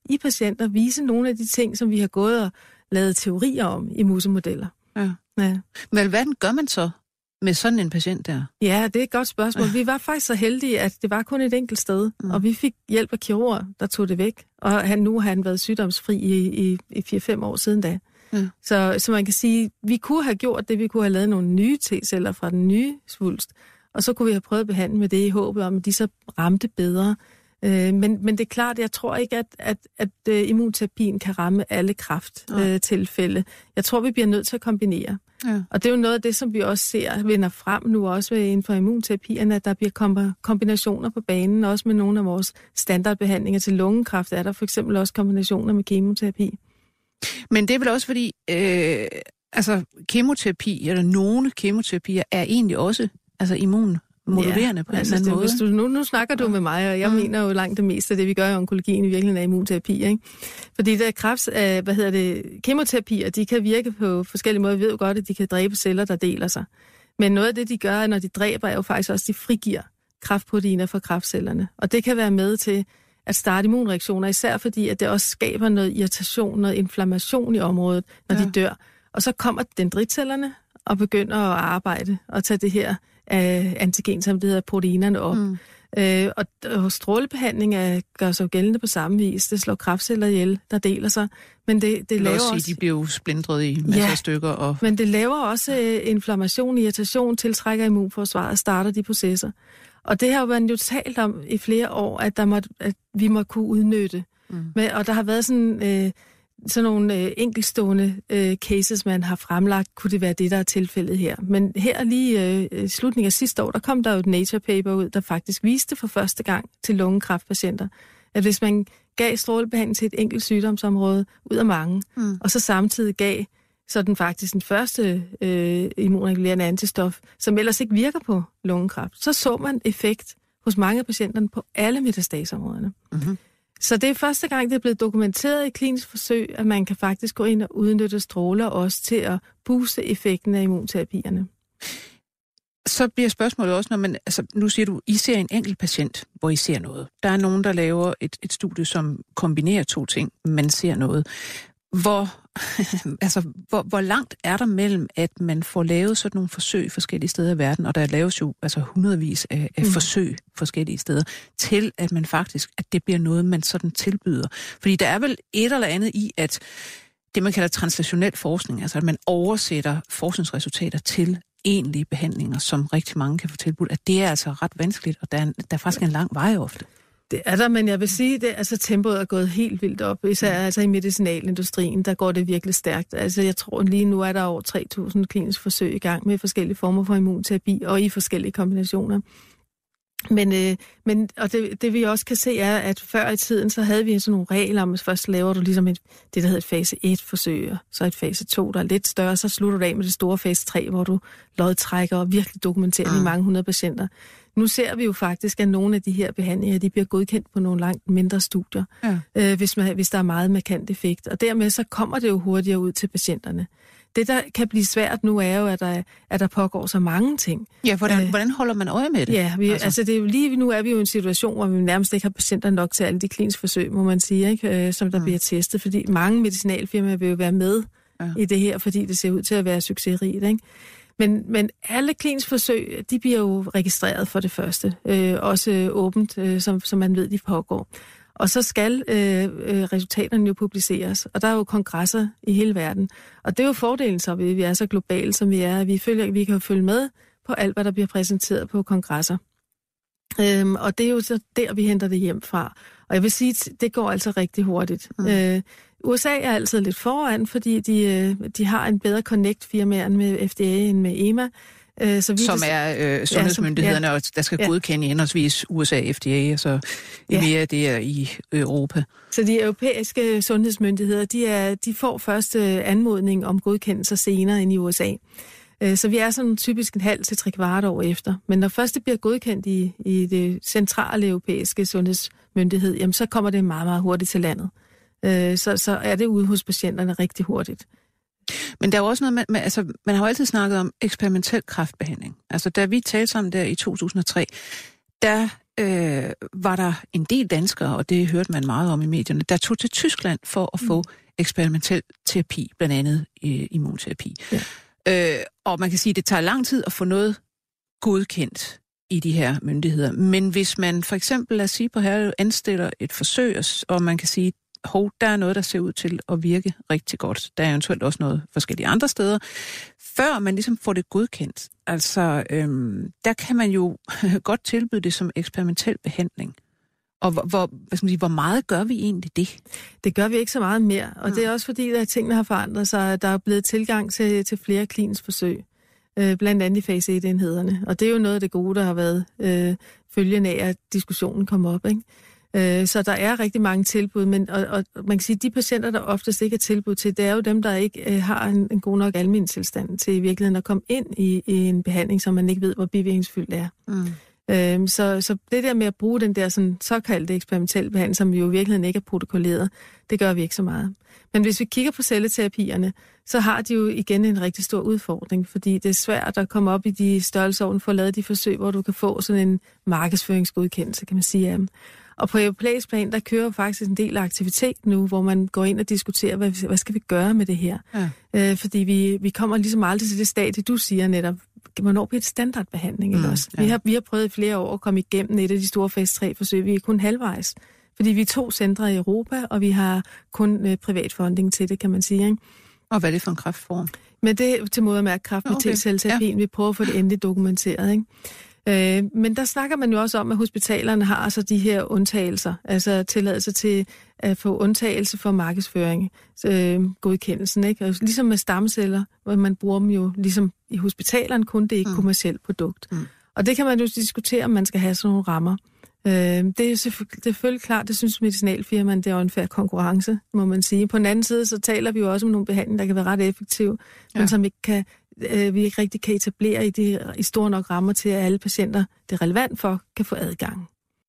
i patienter vise nogle af de ting, som vi har gået og lavet teorier om i musemodeller. Ja. Men hvad gør man så med sådan en patient der? Ja, det er et godt spørgsmål. Vi var faktisk så heldige, at det var kun et enkelt sted, og vi fik hjælp af kirurger, der tog det væk. Og nu har han været sygdomsfri i 4-5 år siden da. Så man kan sige, vi kunne have gjort det, vi kunne have lavet nogle nye T-celler fra den nye svulst, og så kunne vi have prøvet at behandle med det i håbet om, at de så ramte bedre. Men det er klart, jeg tror ikke, at immunterapien kan ramme alle kræfttilfælde. Jeg tror, vi bliver nødt til at kombinere. Ja. Og det er jo noget af det, som vi også ser vinder frem nu også inden for immunterapierne, at der bliver kombinationer på banen, også med nogle af vores standardbehandlinger til lungekræft. Er der for eksempel også kombinationer med kemoterapi. Men det er vel også fordi, kemoterapi, eller nogle kemoterapier, er egentlig også immunmodulerende på en eller anden måde. Nu snakker du med mig, og jeg mener jo langt det meste af det, vi gør i onkologien, i virkeligheden er immunterapi, ikke? Fordi der er kemoterapier, de kan virke på forskellige måder. Vi ved jo godt, at de kan dræbe celler, der deler sig. Men noget af det, de gør, når de dræber, er jo faktisk også, at de frigiver kræftproteiner fra kræftcellerne. Og det kan være med til at starte immunreaktioner, især fordi, at det også skaber noget irritation, noget inflammation i området, når de dør. Og så kommer dendritcellerne og begynder at arbejde og tage det her antigen, som det hedder, proteinerne op. Og strålebehandling gør sig gældende på samme vis. Det slår kræftceller ihjel, der deler sig. Men det laver også... De bliver jo splintret i masser af stykker. Men det laver også inflammation, irritation, tiltrækker immunforsvaret og starter de processer. Og det har jo været jo talt om i flere år, at vi må kunne udnytte. Og der har været sådan nogle enkeltstående cases, man har fremlagt, kunne det være det, der er tilfældet her. Men her lige i slutningen af sidste år, der kom der jo et Nature paper ud, der faktisk viste for første gang til lungekræftpatienter, at hvis man gav strålebehandling til et enkelt sygdomsområde ud af mange, og så samtidig gav faktisk den første immunregulerende antistof, som ellers ikke virker på lungekræft, så man effekt hos mange af patienterne på alle metastaseområderne. Så det er første gang, det er blevet dokumenteret i klinisk forsøg, at man kan faktisk gå ind og udnytte stråler også til at booste effekten af immunterapierne. Så bliver spørgsmålet også, når man, nu siger du, I ser en enkelt patient, hvor I ser noget. Der er nogen, der laver et studie, som kombinerer to ting, man ser noget. Hvor langt er der mellem, at man får lavet sådan nogle forsøg forskellige steder i verden, og der laves jo hundredvis af forsøg forskellige steder, til at man faktisk, at det bliver noget, man sådan tilbyder. Fordi der er vel et eller andet i, at det, man kalder translationel forskning, altså at man oversætter forskningsresultater til egentlige behandlinger, som rigtig mange kan få tilbudt, at det er altså ret vanskeligt, og der er faktisk en lang vej ofte. Det er der, men jeg vil sige, at tempoet er gået helt vildt op. Især i medicinalindustrien, der går det virkelig stærkt. Jeg tror lige nu er der over 3.000 kliniske forsøg i gang med forskellige former for immunterapi og i forskellige kombinationer. Men det vi også kan se er, at før i tiden, så havde vi sådan nogle regler om, at først laver du ligesom det, der hedder et fase 1-forsøg, så et fase 2, der er lidt større, så slutter du af med det store fase 3, hvor du lodtrækker og virkelig dokumenterer i mange hundrede patienter. Nu ser vi jo faktisk, at nogle af de her behandlinger, de bliver godkendt på nogle langt mindre studier, hvis der er meget markant effekt. Og dermed så kommer det jo hurtigere ud til patienterne. Det, der kan blive svært nu, er jo, at der pågår så mange ting. Ja, hvordan holder man øje med det? Ja, det er jo lige nu er vi jo i en situation, hvor vi nærmest ikke har patienter nok til alle de kliniske forsøg, må man sige, ikke? Som der bliver testet, fordi mange medicinalfirmaer vil jo være med i det her, fordi det ser ud til at være succesrigt, ikke? Men alle kliniske forsøg, de bliver jo registreret for det første, også åbent, som man ved, de pågår. Og så skal resultaterne jo publiceres, og der er jo kongresser i hele verden. Og det er jo fordelen så, at vi er så globale, som vi er. Vi kan jo følge med på alt, hvad der bliver præsenteret på kongresser. Og det er jo så der, vi henter det hjem fra. Og jeg vil sige, at det går altså rigtig hurtigt. USA er altid lidt foran, fordi de har en bedre connect-firma med FDA end med EMA. Som er sundhedsmyndighederne, og der skal godkende henholdsvis USA, FDA, og så EMEA, det er i Europa. Så de europæiske sundhedsmyndigheder, de får først anmodning om godkendelser senere end i USA. Så vi er sådan typisk en halv til 3/4 år efter. Men når først det bliver godkendt i det centrale europæiske sundhedsmyndighed, jamen så kommer det meget, meget hurtigt til landet. Så er det ude hos patienterne rigtig hurtigt. Men der er jo også noget med, man har jo altid snakket om eksperimentel kræftbehandling. Altså da vi talte sammen der i 2003, der var der en del danskere, og det hørte man meget om i medierne, der tog til Tyskland for at få eksperimentel terapi, blandt andet immunterapi. Ja. Og man kan sige, at det tager lang tid at få noget godkendt i de her myndigheder. Men hvis man for eksempel, lad os sige på her, anstiller et forsøg, og man kan sige, der er noget, der ser ud til at virke rigtig godt. Der er eventuelt også noget forskellige andre steder. Før man ligesom får det godkendt, altså der kan man jo godt tilbyde det som eksperimentel behandling. Og hvor meget gør vi egentlig det? Det gør vi ikke så meget mere, og det er også fordi, at tingene har forandret sig. Der er blevet tilgang til flere kliniske forsøg, blandt andet i fase 1-enhederne. Og det er jo noget af det gode, der har været følgende af, at diskussionen kom op, ikke? Så der er rigtig mange tilbud, men og man kan sige, at de patienter, der oftest ikke er tilbud til, det er jo dem, der ikke har en god nok almen tilstand til i virkeligheden at komme ind i en behandling, som man ikke ved, hvor bivirkningsfyldt er. Så det der med at bruge den der sådan, såkaldte eksperimentelle behandling, som jo i virkeligheden ikke er protokolleret, det gør vi ikke så meget. Men hvis vi kigger på celleterapierne, så har de jo igen en rigtig stor udfordring, fordi det er svært at komme op i de størrelseorden for at lave de forsøg, hvor du kan få sådan en markedsføringsgodkendelse, kan man sige af dem. Og på europæisk plan, der kører faktisk en del aktivitet nu, hvor man går ind og diskuterer, hvad skal vi gøre med det her? Ja. Fordi vi kommer ligesom aldrig til det stadie, du siger netop, hvornår bliver det standardbehandling, ikke også? Ja. Vi har prøvet i flere år at komme igennem et af de store fase 3-forsøg. Vi er kun halvvejs, fordi vi er 2 centre i Europa, og vi har kun privat funding til det, kan man sige, ikke? Og hvad er det for en kræftform? Men det er til modermærkekræft med T-celleterapien. Vi prøver at få det endeligt dokumenteret, ikke? Men der snakker man jo også om, at hospitalerne har altså de her undtagelser, altså tilladelse til at få undtagelse for markedsføring, godkendelsen, ikke? Og ligesom med stamceller, hvor man bruger dem jo ligesom i hospitalerne, kun det er ikke kommercielt produkt. Og det kan man jo diskutere, om man skal have sådan nogle rammer. Det er selvfølgelig klart, det synes medicinalfirmaen, det er jo en fair konkurrence, må man sige. På den anden side, så taler vi jo også om nogle behandlinger, der kan være ret effektive, men som vi ikke rigtig kan etablere i store nok rammer til, at alle patienter, det er relevant for, kan få adgang.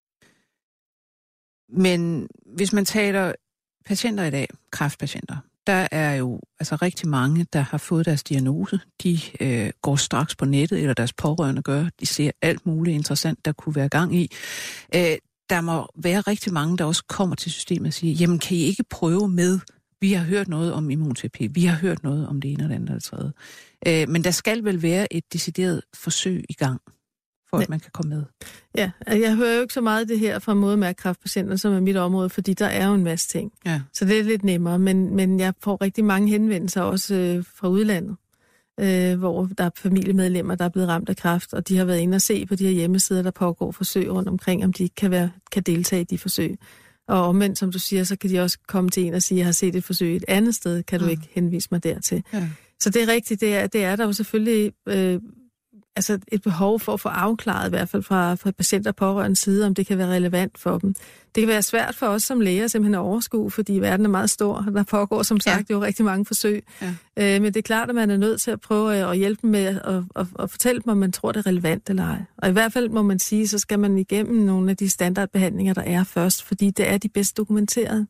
Men hvis man taler patienter i dag, kræftpatienter, der er jo altså rigtig mange, der har fået deres diagnose. De går straks på nettet, eller deres pårørende gør. De ser alt muligt interessant, der kunne være gang i. Der må være rigtig mange, der også kommer til systemet og siger, jamen kan I ikke prøve med, vi har hørt noget om immunterapi, vi har hørt noget om det ene og det andet og det tredje. Men der skal vel være et decideret forsøg i gang, for at man kan komme med. Ja, jeg hører jo ikke så meget det her fra modermærkekræftpatienter, som er mit område, fordi der er jo en masse ting. Ja. Så det er lidt nemmere, men jeg får rigtig mange henvendelser også fra udlandet, hvor der er familiemedlemmer, der er blevet ramt af kræft, og de har været inde og se på de her hjemmesider, der pågår forsøg rundt omkring, om de kan deltage i de forsøg. Og omvendt, som du siger, så kan de også komme til en og sige, jeg har set et forsøg et andet sted, kan du ikke henvise mig dertil? Ja. Så det er rigtigt, det er der jo selvfølgelig altså et behov for at få afklaret, i hvert fald fra patient- og pårørende side, om det kan være relevant for dem. Det kan være svært for os som læger simpelthen at overskue, fordi verden er meget stor, og der pågår som sagt jo rigtig mange forsøg. Ja. Men det er klart, at man er nødt til at prøve at hjælpe dem med at fortælle dem, om man tror, det er relevant eller ej. Og i hvert fald må man sige, så skal man igennem nogle af de standardbehandlinger, der er først, fordi det er de bedst dokumenterede.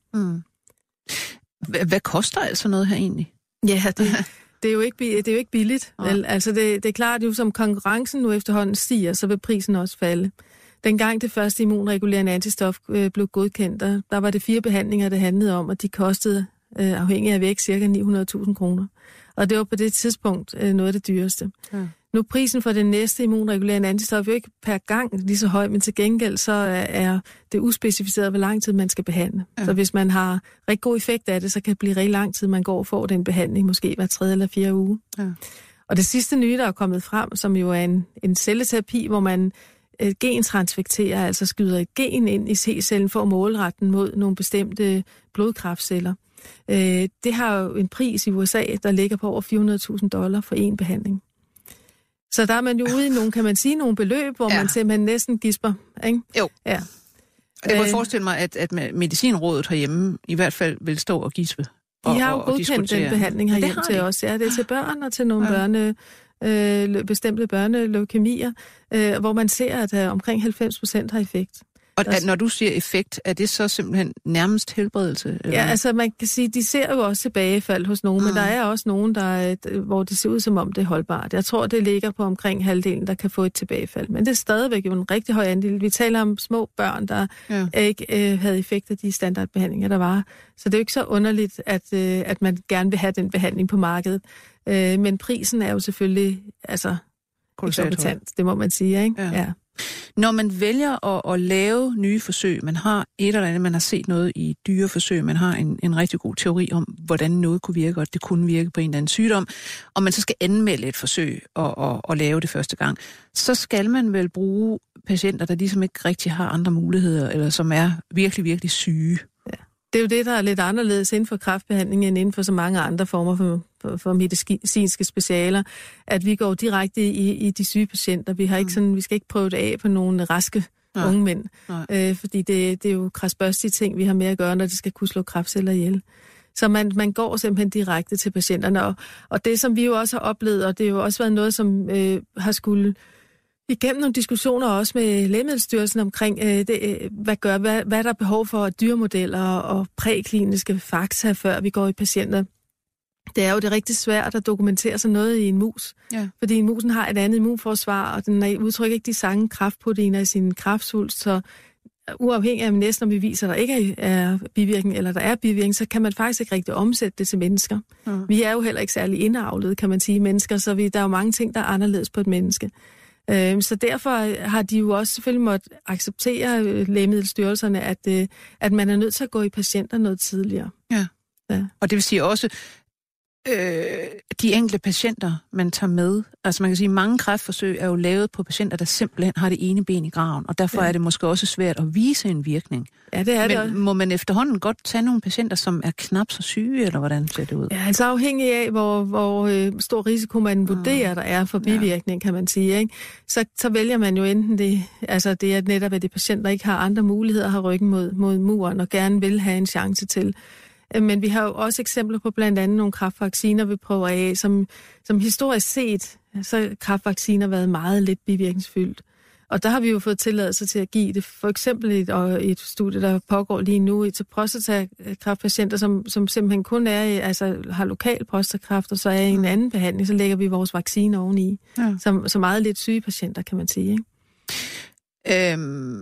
Hvad koster altså noget her egentlig? Ja, det er jo ikke billigt. Vel? Altså det er klart, at jo som konkurrencen nu efterhånden stiger, så vil prisen også falde. Dengang det første immunregulerende antistof blev godkendt, der var det 4 behandlinger, det handlede om, og de kostede afhængig af vægt ca. 900.000 kroner. Og det var på det tidspunkt noget af det dyreste. Ja. Nu er prisen for det næste immunregulerende antistof jo ikke per gang lige så høj, men til gengæld så er det uspecificeret, hvor lang tid man skal behandle. Ja. Så hvis man har rigtig god effekt af det, så kan det blive rigtig lang tid, man går og får den behandling, måske hver 3. eller 4. uge. Ja. Og det sidste nye, der er kommet frem, som jo er en celleterapi, hvor man gentransfekterer, altså skyder et gen ind i C-cellen for at målrette den mod nogle bestemte blodkræftceller. Det har jo en pris i USA, der ligger på over $400.000 for en behandling. Så der er man jo ude i nogle, kan man sige, nogle beløb, hvor man simpelthen næsten gisper, ikke? Jo. Ja. Og det kunne jeg forestille mig, at Medicinrådet herhjemme i hvert fald vil stå og gispe. De har jo godkendt den behandling herhjemme til os. Ja, det er til børn og til nogle bestemte børneleukemier, hvor man ser, at omkring 90% har effekt. Og når du siger effekt, er det så simpelthen nærmest helbredelse? Eller? Ja, altså man kan sige, de ser jo også tilbagefald hos nogen, men der er også nogen, hvor det ser ud som om det er holdbart. Jeg tror, det ligger på omkring halvdelen, der kan få et tilbagefald. Men det er stadigvæk jo en rigtig høj andel. Vi taler om små børn, der ikke havde effekt af de standardbehandlinger, der var. Så det er jo ikke så underligt, at man gerne vil have den behandling på markedet. Men prisen er jo selvfølgelig eksorbitant, det må man sige, ikke? Ja. Når man vælger at lave nye forsøg, man har et eller andet, man har set noget i dyreforsøg, man har en rigtig god teori om, hvordan noget kunne virke, og det kunne virke på en eller anden sygdom, og man så skal anmelde et forsøg og lave det første gang, så skal man vel bruge patienter, der ligesom ikke rigtig har andre muligheder, eller som er virkelig, virkelig syge. Det er jo det, der er lidt anderledes inden for kræftbehandling end inden for så mange andre former for medicinske specialer, at vi går direkte i de syge patienter. Vi skal ikke prøve det af på nogle raske unge mænd, fordi det er jo kradsbørstige ting, vi har med at gøre, når de skal kunne slå kræftceller ihjel. Så man går simpelthen direkte til patienterne, og det, som vi jo også har oplevet, og det har jo også været noget, som har skulle igennem nogle diskussioner også med Lægemiddelstyrelsen omkring, hvad der er behov for dyremodeller og prækliniske fakta, før vi går i patienter. Det er jo det rigtig svært at dokumentere sådan noget i en mus, fordi musen har et andet immunforsvar, og den udtrykker ikke de samme kræftproteiner i sin kræftsvulst, så uafhængig af næsten, om vi viser, at der ikke er bivirkning, eller der er bivirkning, så kan man faktisk ikke rigtig omsætte det til mennesker. Vi er jo heller ikke særlig indavlede, kan man sige, mennesker, så der er jo mange ting, der er anderledes på et menneske. Så derfor har de jo også selvfølgelig måttet acceptere lægemiddelstyrelserne, at man er nødt til at gå i patienter noget tidligere. Ja. Og det vil sige også, de enkelte patienter, man tager med, altså man kan sige, at mange kræftforsøg er jo lavet på patienter, der simpelthen har det ene ben i graven, og derfor er det måske også svært at vise en virkning. Ja, det er det. Men må man efterhånden godt tage nogle patienter, som er knap så syge, eller hvordan ser det ud? Ja, altså afhængig af, hvor stor risiko man vurderer, der er for bivirkning, kan man sige, ikke? Så vælger man jo enten det er netop, at de patienter ikke har andre muligheder, har ryggen mod muren, og gerne vil have en chance til. Men vi har jo også eksempler på blandt andet nogle kræftvacciner, vi prøver af, som historisk set, så har kræftvacciner været meget lidt bivirkningsfyldt. Og der har vi jo fået tilladelse til at give det, for eksempel et studie, der pågår lige nu til prostatakræftpatienter, som simpelthen kun har lokal prostatakræft, og så er i en anden behandling, så lægger vi vores vaccine oveni. Ja. Så meget lidt syge patienter, kan man sige, ikke?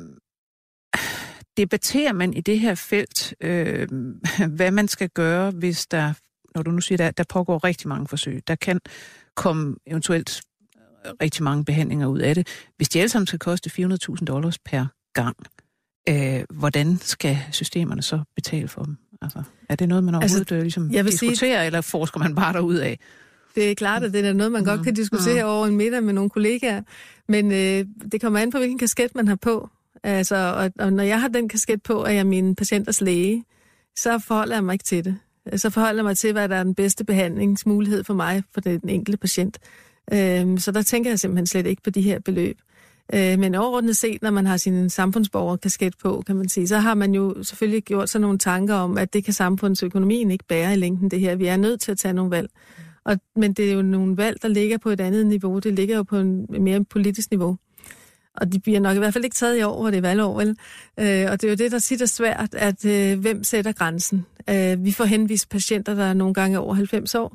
Debatterer man i det her felt, hvad man skal gøre, hvis der, når du nu siger, der pågår rigtig mange forsøg, der kan komme eventuelt rigtig mange behandlinger ud af det. Hvis de alle sammen skal koste $400,000 per gang, hvordan skal systemerne så betale for dem? Altså, er det noget, man overhovedet diskuterer, eller forsker man bare derudad? Det er klart, at det er noget, man godt kan diskutere over en middag med nogle kollegaer, men det kommer an på, hvilken kasket man har på. Altså, og når jeg har den kasket på, at jeg er min patienters læge, så forholder jeg mig ikke til det. Så forholder jeg mig til, hvad der er den bedste behandlingsmulighed for mig, for den enkelte patient. Så der tænker jeg simpelthen slet ikke på de her beløb. Men overordnet set, når man har sin samfundsborgerkasket på, kan man sige, så har man jo selvfølgelig gjort sig nogle tanker om, at det kan samfundsøkonomien ikke bære i længden, det her. Vi er nødt til at tage nogle valg. Men det er jo nogle valg, der ligger på et andet niveau. Det ligger jo på en mere politisk niveau. Og de bliver nok i hvert fald ikke taget i år, hvor det er valgår, vel? Og det er jo det, der tit er svært, at hvem sætter grænsen. Vi får henvist patienter, der nogle gange er over 90 år,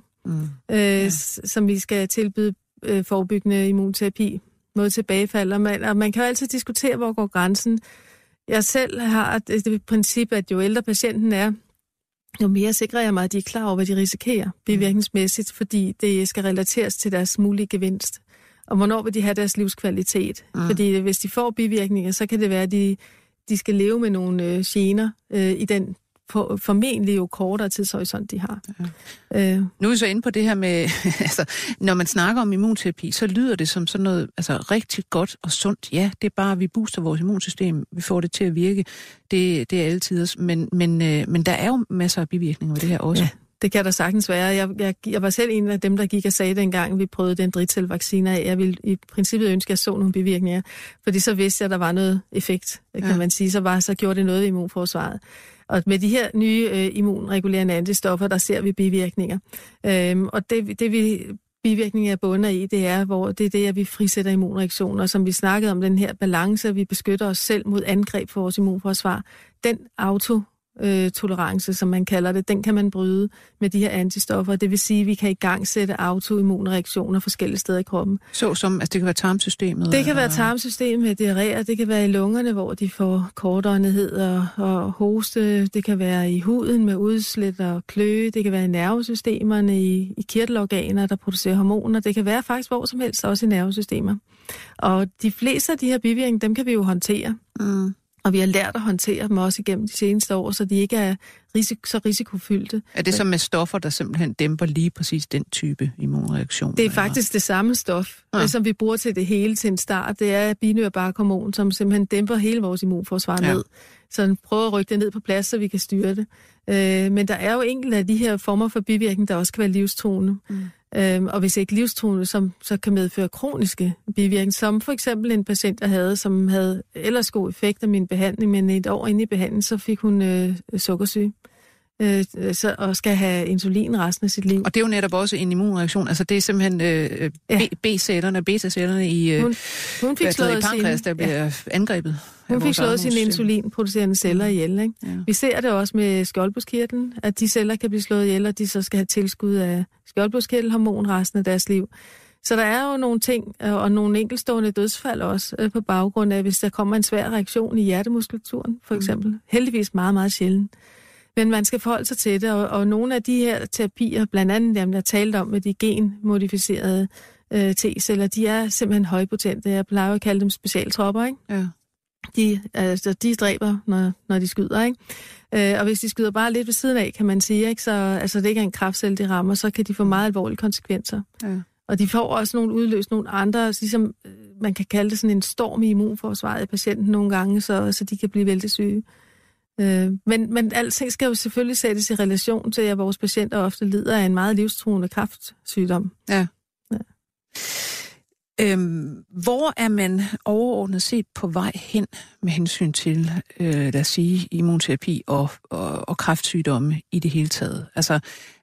som vi skal tilbyde forebyggende immunterapi mod tilbagefald. Og man kan jo altid diskutere, hvor går grænsen. Jeg selv har det princip, at jo ældre patienten er, jo mere sikrer jeg mig, at de er klar over, hvad de risikerer bivirkningsmæssigt, fordi det skal relateres til deres mulige gevinst. Og hvornår vil de have deres livskvalitet? Fordi hvis de får bivirkninger, så kan det være, at de skal leve med nogle gener i den formentlig jo kortere tidshorisont, de har. Nu er vi så inde på det her med, altså, når man snakker om immunterapi, så lyder det som sådan noget rigtig godt og sundt. Ja, det er bare, at vi booster vores immunsystem, vi får det til at virke. Det er altid. Men der er jo masser af bivirkninger ved det her også. Ja. Det kan der sagtens være. Jeg var selv en af dem, der gik og sagde dengang, vi prøvede den dritcellevaccine af. Jeg ville i princippet ønske, at jeg så nogle bivirkninger, fordi så vidste jeg, at der var noget effekt, kan man sige. Så gjorde det noget i immunforsvaret. Og med de her nye immunregulerende antistoffer, der ser vi bivirkninger. Og det vi bivirkning er bundet i, det er det, at vi frisætter immunreaktioner, som vi snakkede om, den her balance, at vi beskytter os selv mod angreb for vores immunforsvar. Den autotolerance, som man kalder det, den kan man bryde med de her antistoffer. Det vil sige, at vi kan i gang sætte autoimmunreaktioner forskellige steder i kroppen. Såsom, altså det kan være tarmsystemet? Det kan være tarmsystemet med diarré, det kan være i lungerne, hvor de får kortåndighed og hoste. Det kan være i huden med udslæt og kløe. Det kan være i nervesystemerne, i kirtelorganer, der producerer hormoner. Det kan være faktisk hvor som helst, også i nervesystemer. Og de fleste af de her bivirkninger, dem kan vi jo håndtere. Mm. Og vi har lært at håndtere dem også igennem de seneste år, så de ikke er så risikofyldte. Er det så med stoffer, der simpelthen dæmper lige præcis den type immunreaktion? Det er faktisk det samme stof, som vi bruger til det hele til en start. Det er binyrbarkhormon, som simpelthen dæmper hele vores immunforsvar ned. Så den prøver at rykke det ned på plads, så vi kan styre det. Men der er jo enkelte af de her former for bivirkning, der også kan være livstruende. Og hvis ikke livstruende, så kan medføre kroniske bivirkninger, som for eksempel en patient, jeg havde, som havde ellers god effekt af min behandling, men et år inde i behandlingen, så fik hun sukkersyge. Og skal have insulin resten af sit liv. Og det er jo netop også en immunreaktion. Altså det er simpelthen B-cellerne, beta-cellerne i pankreas, der bliver angrebet. Hun fik slået sine insulinproducerende celler ihjel. Ikke? Ja. Vi ser det også med skjoldbruskkirtlen, at de celler kan blive slået ihjel, og de så skal have tilskud af skjoldbruskkirtelhormon resten af deres liv. Så der er jo nogle ting, og nogle enkeltstående dødsfald også, på baggrund af, hvis der kommer en svær reaktion i hjertemuskulaturen, for eksempel. Heldigvis meget, meget sjældent. Men man skal forholde sig til det, og nogle af de her terapier, blandt andet dem, jeg talte om med de genmodificerede T-celler, de er simpelthen højpotente. Jeg plejer at kalde dem specialtropper, ikke? Ja. De dræber, når de skyder, ikke? Og hvis de skyder bare lidt ved siden af, kan man sige, ikke? Så altså, det ikke er en kræftcelle, de rammer, så kan de få meget alvorlige konsekvenser. Ja. Og de får også nogle andre, ligesom man kan kalde det sådan en storm i immunforsvaret i patienten nogle gange, så de kan blive vældig syge. Men alting skal jo selvfølgelig sættes i relation til, at vores patienter ofte lider af en meget livstruende kræftsygdom. Ja. Hvor er man overordnet set på vej hen med hensyn til, lad os sige, immunterapi og kræftsygdomme i det hele taget? Altså,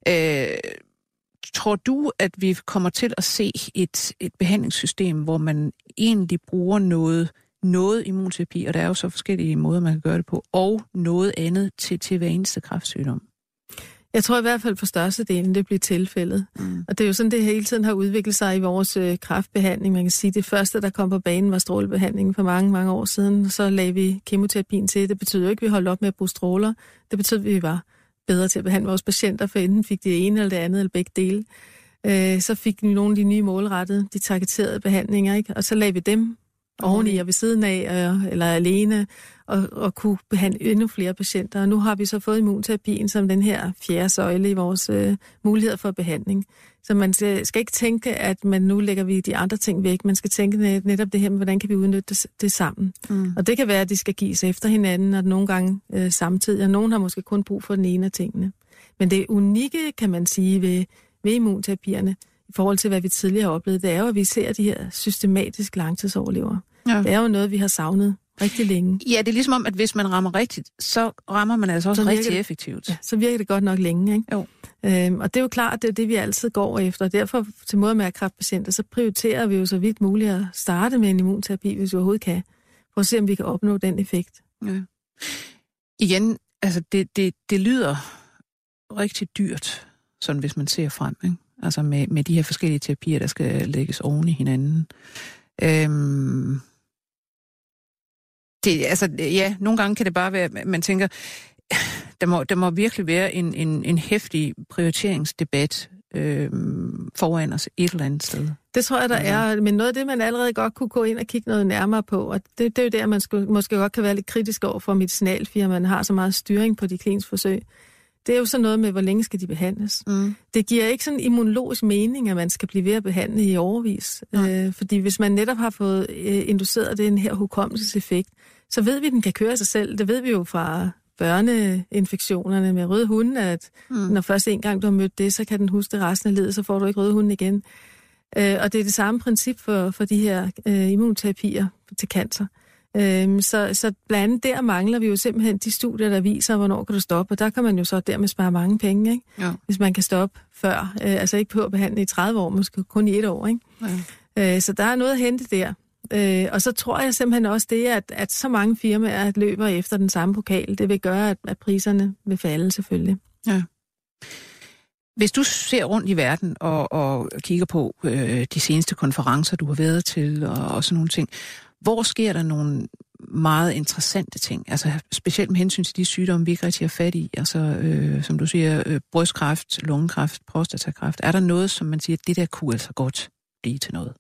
tror du, at vi kommer til at se et behandlingssystem, hvor man egentlig bruger noget immunterapi, og der er jo så forskellige måder, man kan gøre det på, og noget andet til hver eneste kræftsygdom? Jeg tror i hvert fald for størstedelen, det bliver tilfældet. Og det er jo sådan, det hele tiden har udviklet sig i vores kræftbehandling. Man kan sige, det første, der kom på banen, var strålebehandlingen for mange, mange år siden. Så lagde vi kemoterapien til. Det betyder jo ikke, at vi holdt op med at bruge stråler. Det betyder, at vi var bedre til at behandle vores patienter, for enten fik det ene eller det andet, eller begge dele. Så fik vi nogle af de nye målrettede, de targeterede behandlinger, ikke? Og så lagde vi dem oveni og ved siden af, eller alene, og kunne behandle endnu flere patienter. Og nu har vi så fået immunterapien som den her fjerde søjle i vores muligheder for behandling. Så man skal ikke tænke, at nu lægger vi de andre ting væk. Man skal tænke netop det her med, hvordan kan vi udnytte det sammen. Og det kan være, at de skal gives efter hinanden, og nogle gange samtidig. Og nogen har måske kun brug for den ene af tingene. Men det unikke, kan man sige, ved immunterapierne, i forhold til, hvad vi tidligere har oplevet, det er jo, at vi ser de her systematisk langtidsoverlevere. Ja. Det er jo noget, vi har savnet rigtig længe. Ja, det er ligesom om, at hvis man rammer rigtigt, så rammer man altså også rigtig effektivt. Ja, så virker det godt nok længe, ikke? Jo. Og det er jo klart, at det er det, vi altid går efter. Derfor til måde med kræftpatienter, så prioriterer vi jo så vidt muligt at starte med en immunterapi, hvis vi overhovedet kan. For at se, om vi kan opnå den effekt. Ja. Igen, altså det lyder rigtig dyrt, sådan hvis man ser frem, ikke? Altså med de her forskellige terapier, der skal lægges oven i hinanden. Nogle gange kan det bare være, man tænker, der må virkelig være en heftig prioriteringsdebat foran os et eller andet sted. Det tror jeg, der er, men noget af det, man allerede godt kunne gå ind og kigge noget nærmere på, og det er jo der, man måske godt kan være lidt kritisk over for medicinalfirmaerne, har så meget styring på de kliniske forsøg. Det er jo sådan noget med, hvor længe skal de behandles. Det giver ikke sådan immunologisk mening, at man skal blive ved at behandle i årevis. Fordi hvis man netop har fået induceret den her hukommelseseffekt, så ved vi, at den kan køre sig selv. Det ved vi jo fra børneinfektionerne med røde hunde, at når først en gang du har mødt det, så kan den huske det resten af livet, så får du ikke røde hunde igen. Og det er det samme princip for de her immunterapier til cancer. Så blandt andet der mangler vi jo simpelthen de studier, der viser, hvornår kan du stoppe, og der kan man jo så dermed spare mange penge, ikke? Ja. Hvis man kan stoppe før, altså ikke på at behandle i 30 år, måske kun i 1 år, ikke? Ja. Så der er noget at hente der. Og så tror jeg simpelthen også det, at så mange firmaer løber efter den samme pokal, det vil gøre, at priserne vil falde selvfølgelig. Ja. Hvis du ser rundt i verden og kigger på de seneste konferencer, du har været til og sådan nogle ting, hvor sker der nogle meget interessante ting? Altså specielt med hensyn til de sygdomme, vi ikke rigtig har fat i. Altså som du siger, brystkræft, lungekræft, prostatakræft. Er der noget, som man siger, det der kunne altså godt blive til noget?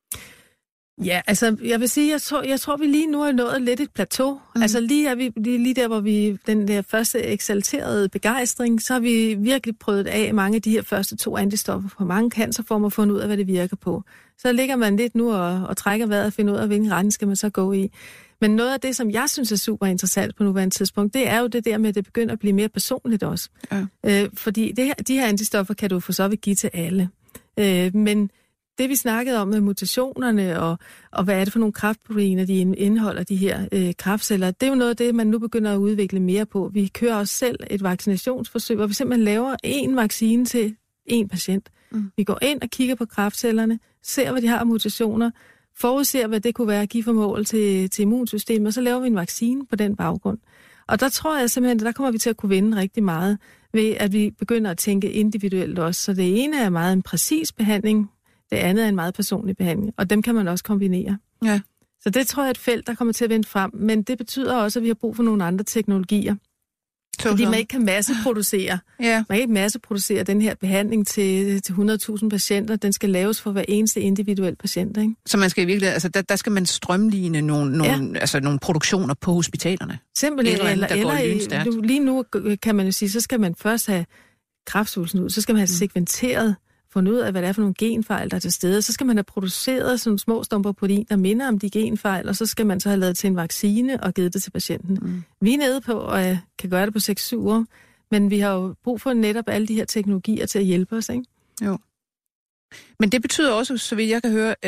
Ja, altså jeg vil sige, jeg tror vi lige nu er nået lidt et plateau. Altså lige er vi lige der, hvor vi den der første eksalterede begejstring, så har vi virkelig prøvet af mange af de her første 2 antistoffer på mange cancerformer, fundet ud af, hvad det virker på. Så ligger man lidt nu og trækker vejret og finder ud af, hvilken retning skal man så gå i. Men noget af det, som jeg synes er super interessant på nuværende tidspunkt, det er jo det der med, at det begynder at blive mere personligt også. Ja. Fordi de her antistoffer kan du for så vidt give til alle. Men det vi snakkede om med mutationerne og hvad er det for nogle kræftproteiner, de indeholder, de her kræftceller, det er jo noget af det, man nu begynder at udvikle mere på. Vi kører også selv et vaccinationsforsøg, hvor vi simpelthen laver en vaccine til en patient. Vi går ind og kigger på kræftcellerne, ser hvad de har af mutationer, forudser hvad det kunne være at give formål til immunsystemet, og så laver vi en vaccine på den baggrund. Og der tror jeg simpelthen, at der kommer vi til at kunne vinde rigtig meget ved, at vi begynder at tænke individuelt også. Så det ene er meget en præcis behandling, det andet er en meget personlig behandling, og dem kan man også kombinere. Ja. Så det tror jeg er et felt, der kommer til at vende frem, men det betyder også, at vi har brug for nogle andre teknologier. Fordi man ikke kan masseproducere. Ja. Man kan ikke masseproducere den her behandling til 100.000 patienter. Den skal laves for hver eneste individuel patient, ikke? Så man skal virkelig, altså der skal man strømline nogle produktioner på hospitalerne. Simpelthen, eller lige nu kan man jo sige, så skal man først have kræftsvulsten ud, så skal man have segmenteret, fundet ud af, hvad det er for nogle genfejl, der er til stede. Så skal man have produceret sådan små stumper protein, der minder om de genfejl, og så skal man så have lavet til en vaccine og givet det til patienten. Vi er nede på, og kan gøre det på 6-7 år, men vi har jo brug for netop alle de her teknologier til at hjælpe os, ikke? Jo. Men det betyder også, så vidt jeg kan høre,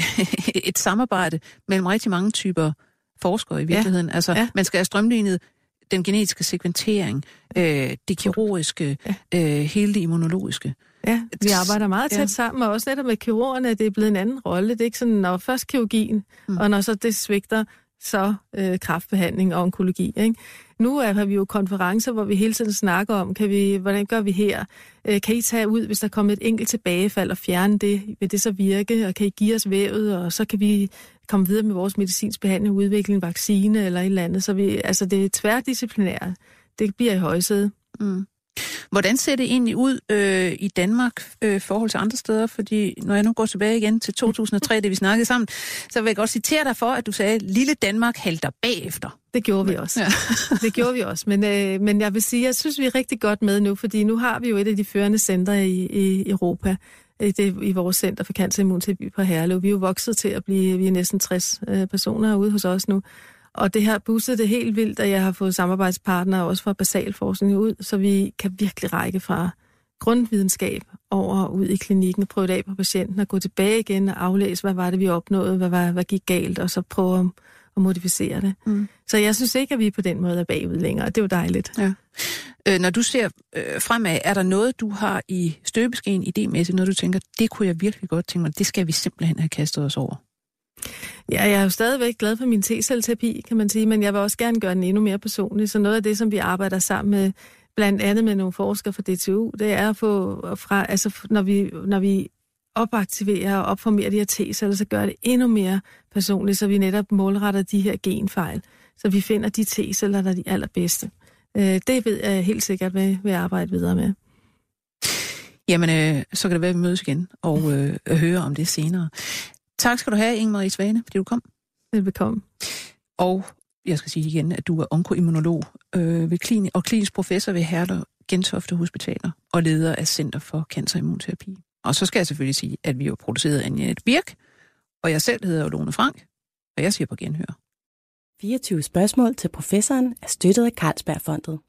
et samarbejde mellem rigtig mange typer forskere i virkeligheden. Man skal have strømlignet den genetiske sekventering, det kirurgiske, hele det immunologiske. Ja, vi arbejder meget tæt sammen, og også netop med kirurgerne, det er blevet en anden rolle. Det er ikke sådan, når først kirurgien, og når så det svigter, så kræftbehandling og onkologi, ikke? Nu har vi jo konferencer, hvor vi hele tiden snakker om, hvordan gør vi her? Kan I tage ud, hvis der kommer et enkelt tilbagefald og fjerne det? Vil det så virke? Og kan I give os vævet? Og så kan vi komme videre med vores medicinsk behandling, udvikle en vaccine eller et eller andet. Så det er tværdisciplinært. Det bliver i højsædet. Hvordan ser det egentlig ud i Danmark forhold til andre steder? Fordi når jeg nu går tilbage igen til 2003, det vi snakkede sammen, så vil jeg godt citere dig for, at du sagde, at lille Danmark halter bagefter. Det gjorde vi også. Ja. Det gjorde vi også. Men jeg vil sige, jeg synes, vi er rigtig godt med nu, fordi nu har vi jo et af de førende centre i Europa, i vores Center for Cancerimmunterapi på Herlev. Vi er jo vokset til at vi er næsten 60 personer herude hos os nu. Og det har boostet det helt vildt, at jeg har fået samarbejdspartnere også fra basalforskning ud, så vi kan virkelig række fra grundvidenskab over og ud i klinikken og prøve det af på patienten og gå tilbage igen og aflæse, hvad var det, vi opnåede, hvad gik galt, og så prøve at modificere det. Så jeg synes ikke, at vi på den måde er bagud længere. Det er jo dejligt. Ja. Når du ser fremad, er der noget, du har i støbeskeen idémæssigt, noget du tænker, det kunne jeg virkelig godt tænke mig, det skal vi simpelthen have kastet os over? Ja, jeg er jo stadigvæk glad for min T-celleterapi, kan man sige, men jeg vil også gerne gøre den endnu mere personlig. Så noget af det, som vi arbejder sammen med, blandt andet med nogle forskere fra DTU, det er at få fra, altså når vi opaktiverer og opformerer de her T-celler, så gør det endnu mere personligt, så vi netop målretter de her genfejl, så vi finder de T-celler, der er de allerbedste. Det ved jeg helt sikkert, vil jeg arbejde videre med. Jamen, så kan det være, at vi mødes igen og høre om det senere. Tak skal du have, Inge-Marie Svane, fordi du kom. Velbekomme. Og jeg skal sige igen, at du er onkoimmunolog ved og klinisk professor ved Herlev Gentofte Hospitaler og leder af Center for Cancerimmunterapi. Og så skal jeg selvfølgelig sige, at vi har produceret af Jeanette Birk, og jeg selv hedder Lone Frank, og jeg siger på genhør. 24 spørgsmål til professoren er støttet af Carlsbergfondet.